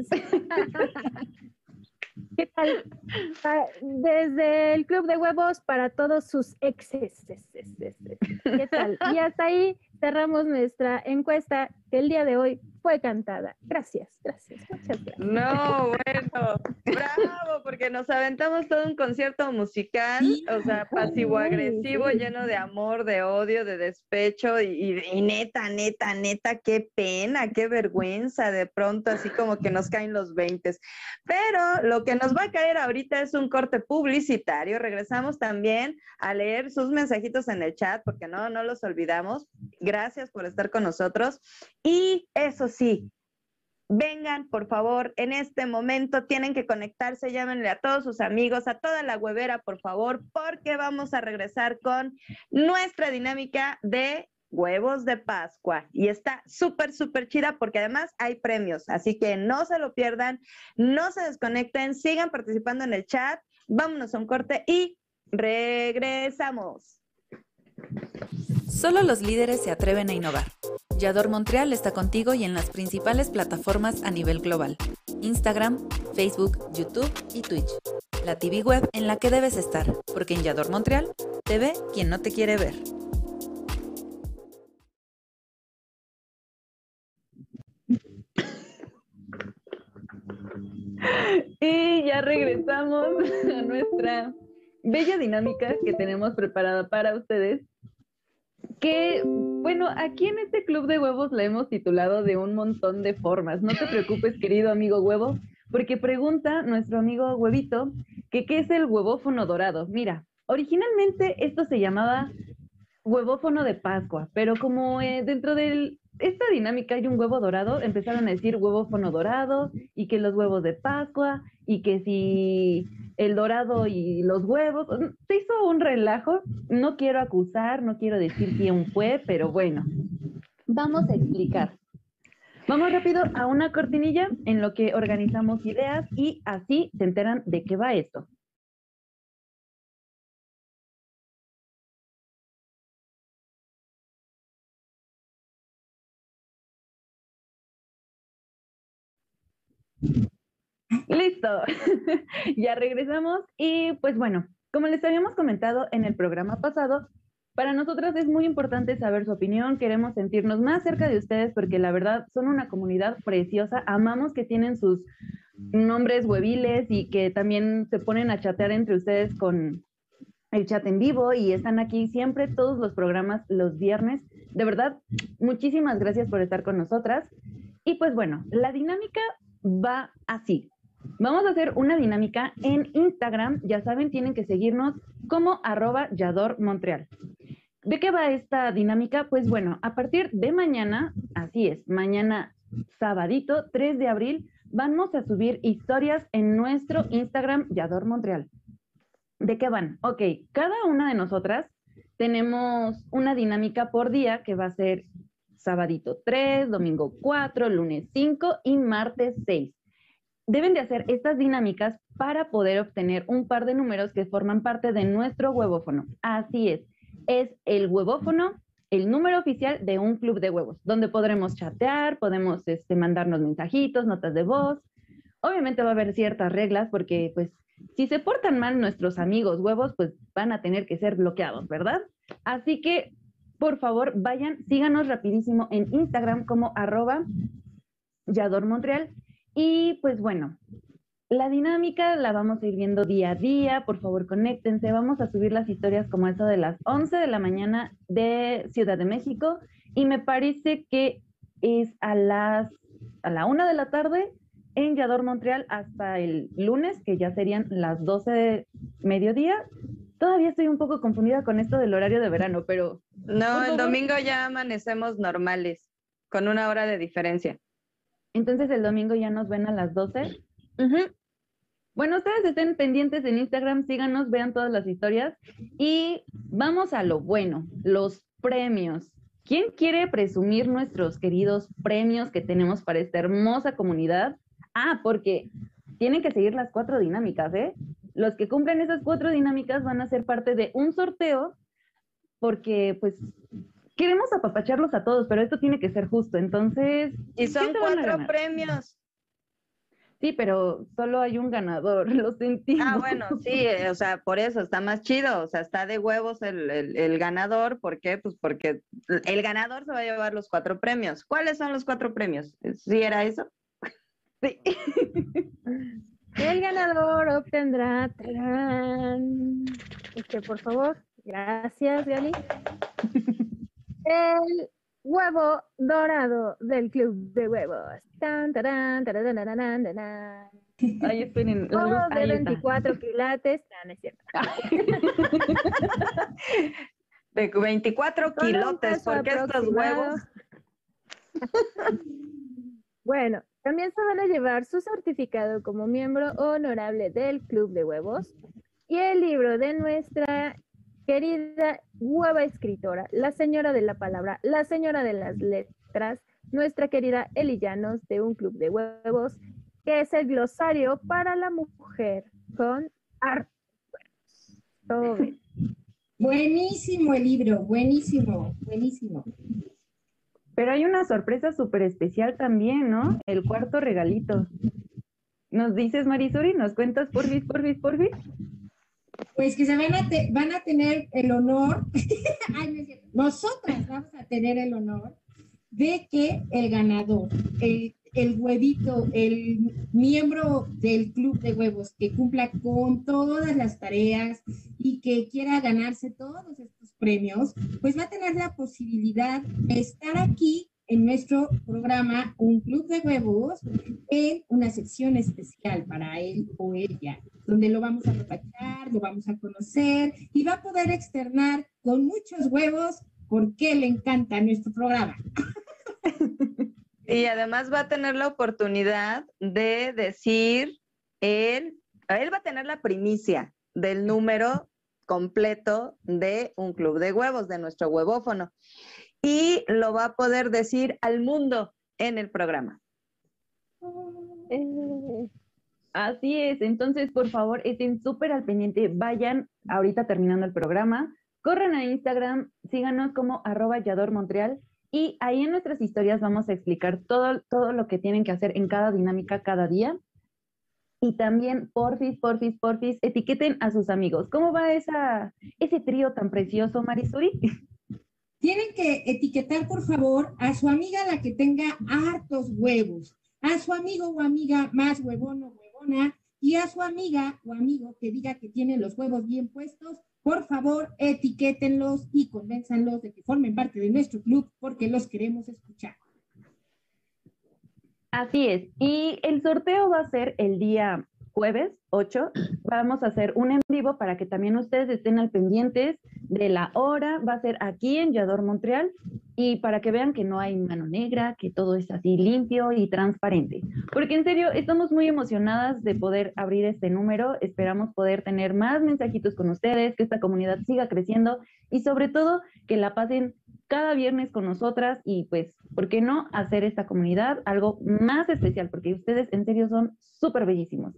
¿Qué tal? Desde el Club de Huevos para todos sus exes. ¿Qué tal? Y hasta ahí cerramos nuestra encuesta, que el día de hoy fue cantada. Gracias, gracias, muchas gracias. No, bueno, bravo, porque nos aventamos todo un concierto musical, sí, o sea, pasivo-agresivo, sí, lleno de amor, de odio, de despecho, y, y, y neta, neta, neta, qué pena, qué vergüenza, de pronto así como que nos caen los veintes. Pero lo que nos va a caer ahorita es un corte publicitario. Regresamos también a leer sus mensajitos en el chat, porque no, no los olvidamos. Gracias por estar con nosotros. Y eso sí, vengan, por favor, en este momento tienen que conectarse, llámenle a todos sus amigos, a toda la huevera, por favor, porque vamos a regresar con nuestra dinámica de huevos de Pascua. Y está súper, súper chida porque además hay premios, así que no se lo pierdan, no se desconecten, sigan participando en el chat, vámonos a un corte y regresamos. Solo los líderes se atreven a innovar. Yador Montreal está contigo y en las principales plataformas a nivel global: Instagram, Facebook, YouTube y Twitch. La T V web en la que debes estar, porque en Yador Montreal te ve quien no te quiere ver. Y ya regresamos a nuestra bella dinámica que tenemos preparada para ustedes. Que, bueno, aquí en este club de huevos la hemos titulado de un montón de formas. No te preocupes, querido amigo huevo, porque pregunta nuestro amigo huevito que qué es el huevófono dorado. Mira, originalmente esto se llamaba huevófono de Pascua, pero como eh, dentro de esta dinámica hay un huevo dorado, empezaron a decir huevófono dorado y que los huevos de Pascua y que si el dorado y los huevos, se hizo un relajo. No quiero acusar, no quiero decir quién fue, pero bueno, vamos a explicar. Vamos rápido a una cortinilla en lo que organizamos ideas y así se enteran de qué va esto. Listo, ya regresamos y pues bueno, como les habíamos comentado en el programa pasado, para nosotras es muy importante saber su opinión, queremos sentirnos más cerca de ustedes porque la verdad son una comunidad preciosa, amamos que tienen sus nombres hueviles y que también se ponen a chatear entre ustedes con el chat en vivo y están aquí siempre todos los programas los viernes. De verdad, muchísimas gracias por estar con nosotras. Y pues bueno, la dinámica va así. Vamos a hacer una dinámica en Instagram. Ya saben, tienen que seguirnos como arroba Yador Montreal. ¿De qué va esta dinámica? Pues bueno, a partir de mañana, así es, mañana sabadito, tres de abril, vamos a subir historias en nuestro Instagram Yador Montreal. ¿De qué van? Ok, cada una de nosotras tenemos una dinámica por día que va a ser sabadito tres, domingo cuatro, lunes cinco y martes seis. Deben de hacer estas dinámicas para poder obtener un par de números que forman parte de nuestro huevófono. Así es, es el huevófono, el número oficial de un club de huevos, donde podremos chatear, podemos este, mandarnos mensajitos, notas de voz. Obviamente va a haber ciertas reglas porque, pues, si se portan mal nuestros amigos huevos, pues van a tener que ser bloqueados, ¿verdad? Así que, por favor, vayan, síganos rapidísimo en Instagram como arroba Yador Montreal. Y pues bueno, la dinámica la vamos a ir viendo día a día. Por favor, conéctense. Vamos a subir las historias como eso de las once de la mañana de Ciudad de México. Y me parece que es a las a la una de la tarde en Yador Montreal hasta el lunes, que ya serían las doce de mediodía. Todavía estoy un poco confundida con esto del horario de verano, pero... No, el domingo ya amanecemos normales, con una hora de diferencia. Entonces el domingo ya nos ven a las doce. Uh-huh. Bueno, ustedes estén pendientes en Instagram, síganos, vean todas las historias y vamos a lo bueno, los premios. ¿Quién quiere presumir nuestros queridos premios que tenemos para esta hermosa comunidad? Ah, porque tienen que seguir las cuatro dinámicas, ¿eh? Los que cumplen esas cuatro dinámicas van a ser parte de un sorteo porque, pues, queremos apapacharlos a todos, pero esto tiene que ser justo, entonces... Y son cuatro premios. Sí, pero solo hay un ganador, lo sentimos. Ah, bueno, sí, eh, o sea, por eso está más chido, o sea, está de huevos el, el, el ganador, ¿por qué? Pues porque el ganador se va a llevar los cuatro premios. ¿Cuáles son los cuatro premios? ¿Sí era eso? Sí. El ganador obtendrá, ¡tarán! Este, por favor, gracias, Gali. El huevo dorado del Club de Huevos. Tan, tarán, tararán, tararán, tararán. Ay, esperen, la luz, Oro de ahí está. veinticuatro quilates. No, no es cierto. De veinticuatro Con un kilotes, peso ¿por qué estos aproximado. huevos? Bueno, también se van a llevar su certificado como miembro honorable del Club de Huevos y el libro de nuestra querida hueva escritora, la señora de la palabra, la señora de las letras, nuestra querida Eli Llanos de Un Club de Huevos, que es el glosario para la mujer con arte. Todo bien. Buenísimo el libro, buenísimo, buenísimo. Pero hay una sorpresa súper especial también, ¿no? El cuarto regalito. ¿Nos dices, Marisuri? ¿Nos cuentas porfis, porfis, porfis? Pues que se van a, te- van a tener el honor, ay, no es cierto, nosotras vamos a tener el honor de que el ganador, el, el huevito, el miembro del Club de Huevos que cumpla con todas las tareas y que quiera ganarse todos estos premios, pues va a tener la posibilidad de estar aquí en nuestro programa Un Club de Huevos en una sección especial para él o ella, donde lo vamos a repachar, lo vamos a conocer y va a poder externar con muchos huevos por qué le encanta nuestro programa. Y además va a tener la oportunidad de decir, él, él va a tener la primicia del número completo de Un Club de Huevos, de nuestro huevófono. Y lo va a poder decir al mundo en el programa. Eh, así es, entonces por favor estén súper al pendiente, vayan ahorita terminando el programa, corran a Instagram, síganos como arroba Yador Montreal y ahí en nuestras historias vamos a explicar todo, todo lo que tienen que hacer en cada dinámica cada día. Y también, porfis, porfis, porfis, etiqueten a sus amigos. ¿Cómo va esa, ese trío tan precioso, Marisuri? Tienen que etiquetar, por favor, a su amiga la que tenga hartos huevos, a su amigo o amiga más huevón o huevona, y a su amiga o amigo que diga que tiene los huevos bien puestos, por favor, etiquétenlos y convénzanlos de que formen parte de nuestro club porque los queremos escuchar. Así es. Y el sorteo va a ser el día jueves ocho. Vamos a hacer un en vivo para que también ustedes estén al pendientes de la hora. Va a ser aquí en Yador Montreal y para que vean que no hay mano negra, que todo es así limpio y transparente. Porque en serio, estamos muy emocionadas de poder abrir este número. Esperamos poder tener más mensajitos con ustedes, que esta comunidad siga creciendo y sobre todo que la pasen cada viernes con nosotras y pues, ¿por qué no hacer esta comunidad algo más especial? Porque ustedes en serio son súper bellísimos.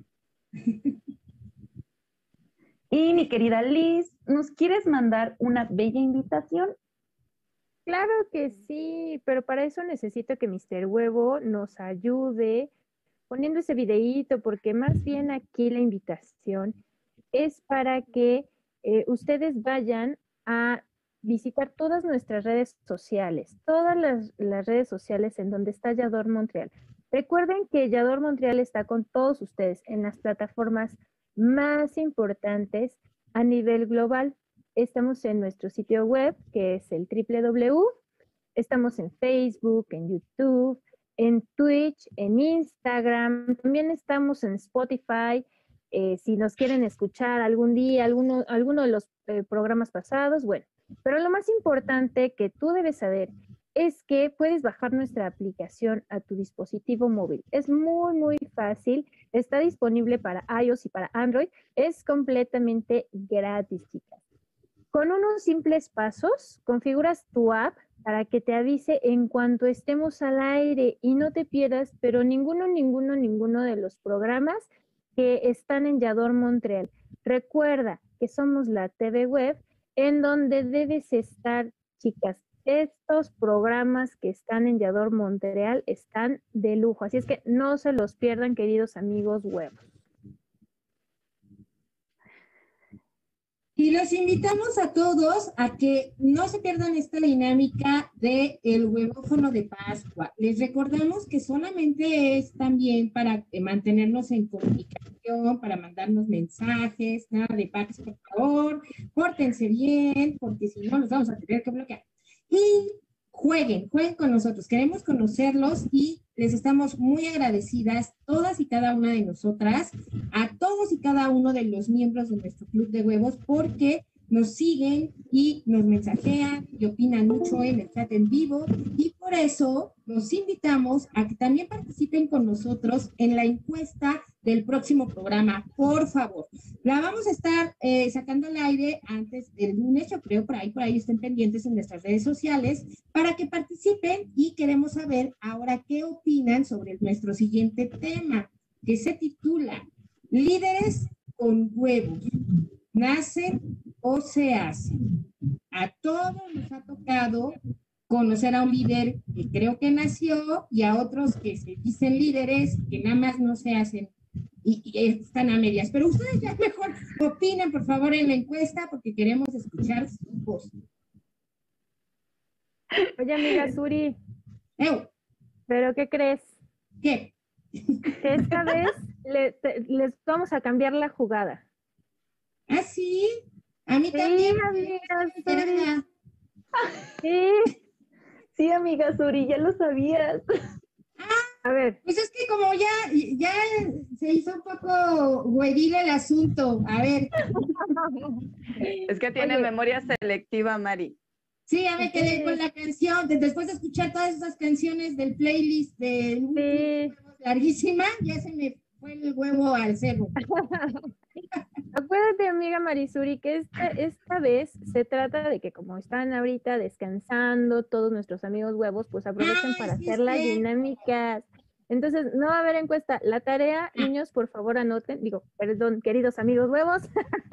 Y mi querida Liz, ¿nos quieres mandar una bella invitación? Claro que sí, pero para eso necesito que mister Huevo nos ayude poniendo ese videíto, porque más bien aquí la invitación es para que eh, ustedes vayan a visitar todas nuestras redes sociales, todas las, las redes sociales en donde está Yador Montreal. Recuerden que Yador Montreal está con todos ustedes en las plataformas más importantes a nivel global. Estamos en nuestro sitio web, que es el doble u doble u doble u. Estamos en Facebook, en YouTube, en Twitch, en Instagram. También estamos en Spotify. Eh, si nos quieren escuchar algún día, alguno, alguno de los eh, programas pasados, bueno. Pero lo más importante que tú debes saber es que puedes bajar nuestra aplicación a tu dispositivo móvil. Es muy, muy fácil. Está disponible para iOS y para Android. Es completamente gratis, chicas. Con unos simples pasos, configuras tu app para que te avise en cuanto estemos al aire y no te pierdas, pero ninguno, ninguno, ninguno de los programas que están en Yador Montreal. Recuerda que somos la T V web en donde debes estar, chicas, estos programas que están en Yador Montreal están de lujo, así es que no se los pierdan, queridos amigos huevos. Y los invitamos a todos a que no se pierdan esta dinámica de el huevófono de Pascua. Les recordamos que solamente es también para eh, mantenernos en comunicación, para mandarnos mensajes, nada de packs, por favor, pórtense bien, porque si no los vamos a tener que bloquear. Y jueguen, jueguen con nosotros, queremos conocerlos y les estamos muy agradecidas, todas y cada una de nosotras, a todos y cada uno de los miembros de nuestro Club de Huevos, porque nos siguen y nos mensajean y opinan mucho en el chat en vivo, y por eso los invitamos a que también participen con nosotros en la encuesta del próximo programa, por favor. La vamos a estar eh, sacando al aire antes del lunes, yo creo, por ahí, por ahí estén pendientes en nuestras redes sociales, para que participen, y queremos saber ahora qué opinan sobre nuestro siguiente tema, que se titula Líderes con huevos, ¿nacen o se hacen? A todos nos ha tocado conocer a un líder que creo que nació y a otros que se dicen líderes que nada más no se hacen y, y están a medias. Pero ustedes ya mejor opinen, por favor, en la encuesta, porque queremos escuchar su voz. Oye, amiga Suri. ¡Ew! ¿Pero qué crees? ¿Qué? Que esta vez le, te, les vamos a cambiar la jugada. ¿Ah, sí? A mí sí, también. Amiga Suri. Sí. Sí, amiga Suri, ya lo sabías. A ver. Pues es que como ya, ya se hizo un poco huevil el asunto. A ver. Es que tiene Oye. memoria selectiva, Mari. Sí, ya me quedé con la canción. Después de escuchar todas esas canciones del playlist de sí. larguísima, ya se me fue el huevo al cerro. Acuérdate, amiga Marisuri, que esta, esta vez se trata de que como están ahorita descansando todos nuestros amigos huevos, pues aprovechen Ay, para sí hacer las dinámicas. Entonces, no va a haber encuesta. La tarea, niños, por favor anoten, digo, perdón, queridos amigos huevos,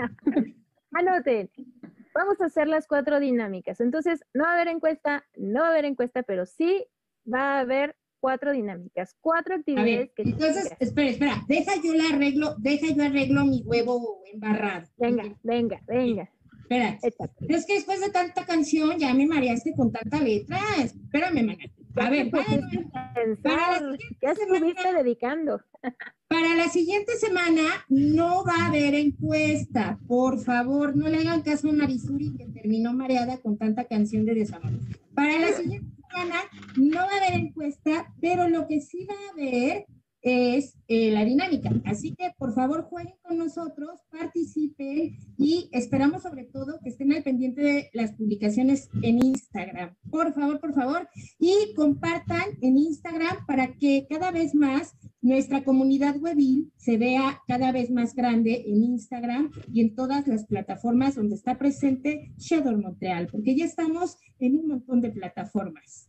anoten. Vamos a hacer las cuatro dinámicas. Entonces, no va a haber encuesta, no va a haber encuesta, pero sí va a haber cuatro dinámicas, cuatro actividades. Ver, que entonces, espera, espera, deja yo la arreglo, deja yo arreglo mi huevo embarrado. Venga, venga, venga. Espera, Échate. Es que después de tanta canción ya me mareaste con tanta letra. Espérame, maná. A ver, bueno, para la ya estuviste semana, dedicando. Para la siguiente semana no va a haber encuesta. Por favor, no le hagan caso a Marisuri, que terminó mareada con tanta canción de desamor. Para la siguiente semana no va a haber encuesta, pero lo que sí va a haber es eh, la dinámica. Así que, por favor, jueguen con nosotros, participen y esperamos sobre todo que estén al pendiente de las publicaciones en Instagram. Por favor, por favor, y compartan en Instagram para que cada vez más nuestra comunidad huevil se vea cada vez más grande en Instagram y en todas las plataformas donde está presente Yador Montreal, porque ya estamos en un montón de plataformas.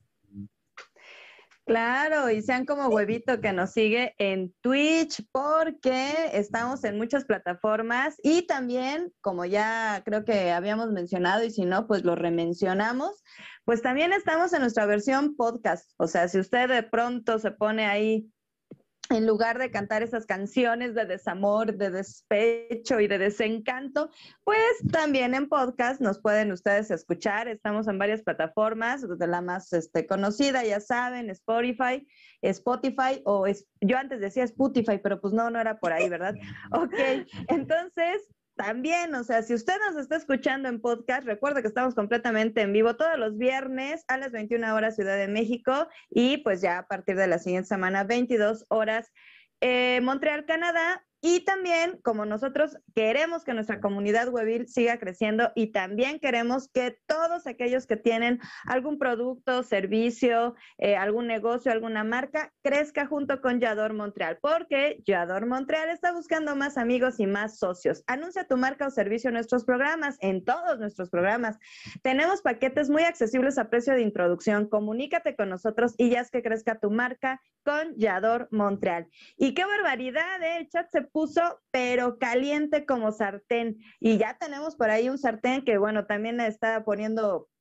Claro, y sean como Huevito que nos sigue en Twitch, porque estamos en muchas plataformas y también, como ya creo que habíamos mencionado, y si no, pues lo remencionamos, pues también estamos en nuestra versión podcast. O sea, si usted de pronto se pone ahí, en lugar de cantar esas canciones de desamor, de despecho y de desencanto, pues también en podcast nos pueden ustedes escuchar. Estamos en varias plataformas, de la más este, conocida, ya saben, Spotify, Spotify, o es, yo antes decía Spotify, pero pues no, no era por ahí, ¿verdad? Ok, entonces también, o sea, si usted nos está escuchando en podcast, recuerde que estamos completamente en vivo todos los viernes a las veintiuna horas Ciudad de México y pues ya a partir de la siguiente semana, veintidós horas eh, Montreal, Canadá. Y también, como nosotros queremos que nuestra comunidad huevil siga creciendo y también queremos que todos aquellos que tienen algún producto, servicio, eh, algún negocio, alguna marca, crezca junto con Yador Montreal, porque Yador Montreal está buscando más amigos y más socios. Anuncia tu marca o servicio en nuestros programas, en todos nuestros programas. Tenemos paquetes muy accesibles a precio de introducción. Comunícate con nosotros y ya es que crezca tu marca con Yador Montreal. Y qué barbaridad, ¿eh? El chat se puso pero caliente como sartén y ya tenemos por ahí un sartén que bueno, también está poniendo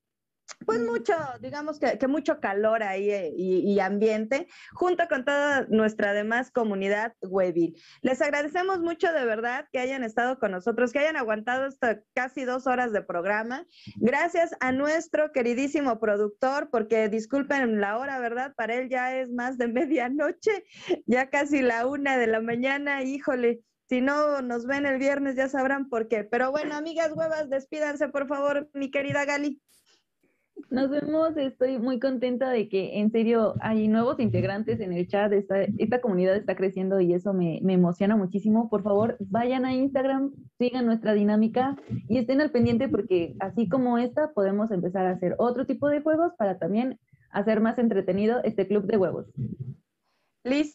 pues mucho, digamos que, que mucho calor ahí eh, y, y ambiente, junto con toda nuestra demás comunidad huevil. Les agradecemos mucho de verdad que hayan estado con nosotros, que hayan aguantado hasta casi dos horas de programa. Gracias a nuestro queridísimo productor, porque disculpen la hora, ¿verdad? Para él ya es más de medianoche, ya casi la una de la mañana, híjole. Si no nos ven el viernes ya sabrán por qué. Pero bueno, amigas huevas, despídanse por favor, mi querida Gali. Nos vemos, estoy muy contenta de que en serio hay nuevos integrantes en el chat, esta, esta comunidad está creciendo y eso me, me emociona muchísimo. Por favor, vayan a Instagram, sigan nuestra dinámica y estén al pendiente porque así como esta podemos empezar a hacer otro tipo de juegos para también hacer más entretenido este club de huevos. Liz.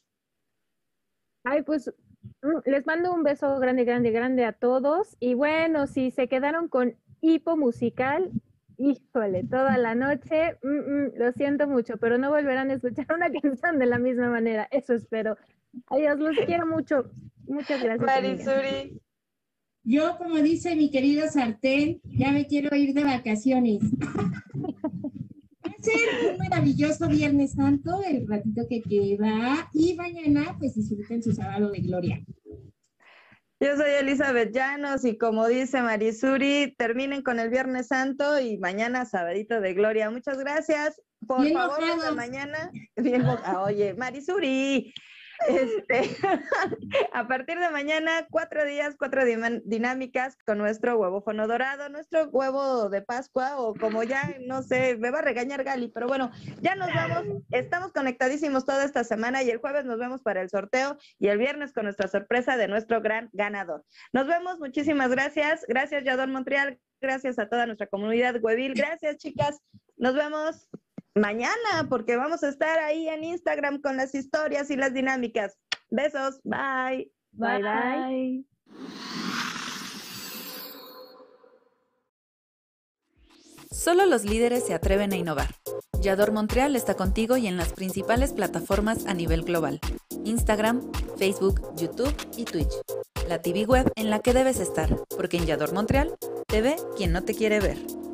Ay, pues les mando un beso grande, grande, grande a todos y bueno, si se quedaron con hipo musical, híjole, toda la noche, mm, mm, lo siento mucho, pero no volverán a escuchar una canción de la misma manera, eso espero. Adiós, los quiero mucho. Muchas gracias. Marisuri. Yo, como dice mi querido Sartén, ya me quiero ir de vacaciones. Va a ser un maravilloso Viernes Santo, el ratito que queda, y mañana pues disfruten su sábado de gloria. Yo soy Elizabeth Llanos y como dice Marisuri, terminen con el Viernes Santo y mañana sabadito de gloria. Muchas gracias. Por Bien favor, mojado. esta mañana. Bien mojado. Oye, Marisuri. Este, a partir de mañana, cuatro días, cuatro dinámicas con nuestro huevófono dorado, nuestro huevo de Pascua, o como ya, no sé, me va a regañar Gali, pero bueno, ya nos vamos, estamos conectadísimos toda esta semana y el jueves nos vemos para el sorteo y el viernes con nuestra sorpresa de nuestro gran ganador. Nos vemos, muchísimas gracias, gracias Yador Montreal, gracias a toda nuestra comunidad huevil, gracias chicas, nos vemos mañana, porque vamos a estar ahí en Instagram con las historias y las dinámicas. Besos, bye. Bye, bye. Solo los líderes se atreven a innovar. Yador Montreal está contigo y en las principales plataformas a nivel global. Instagram, Facebook, YouTube y Twitch. La T V web en la que debes estar, porque en Yador Montreal te ve quien no te quiere ver.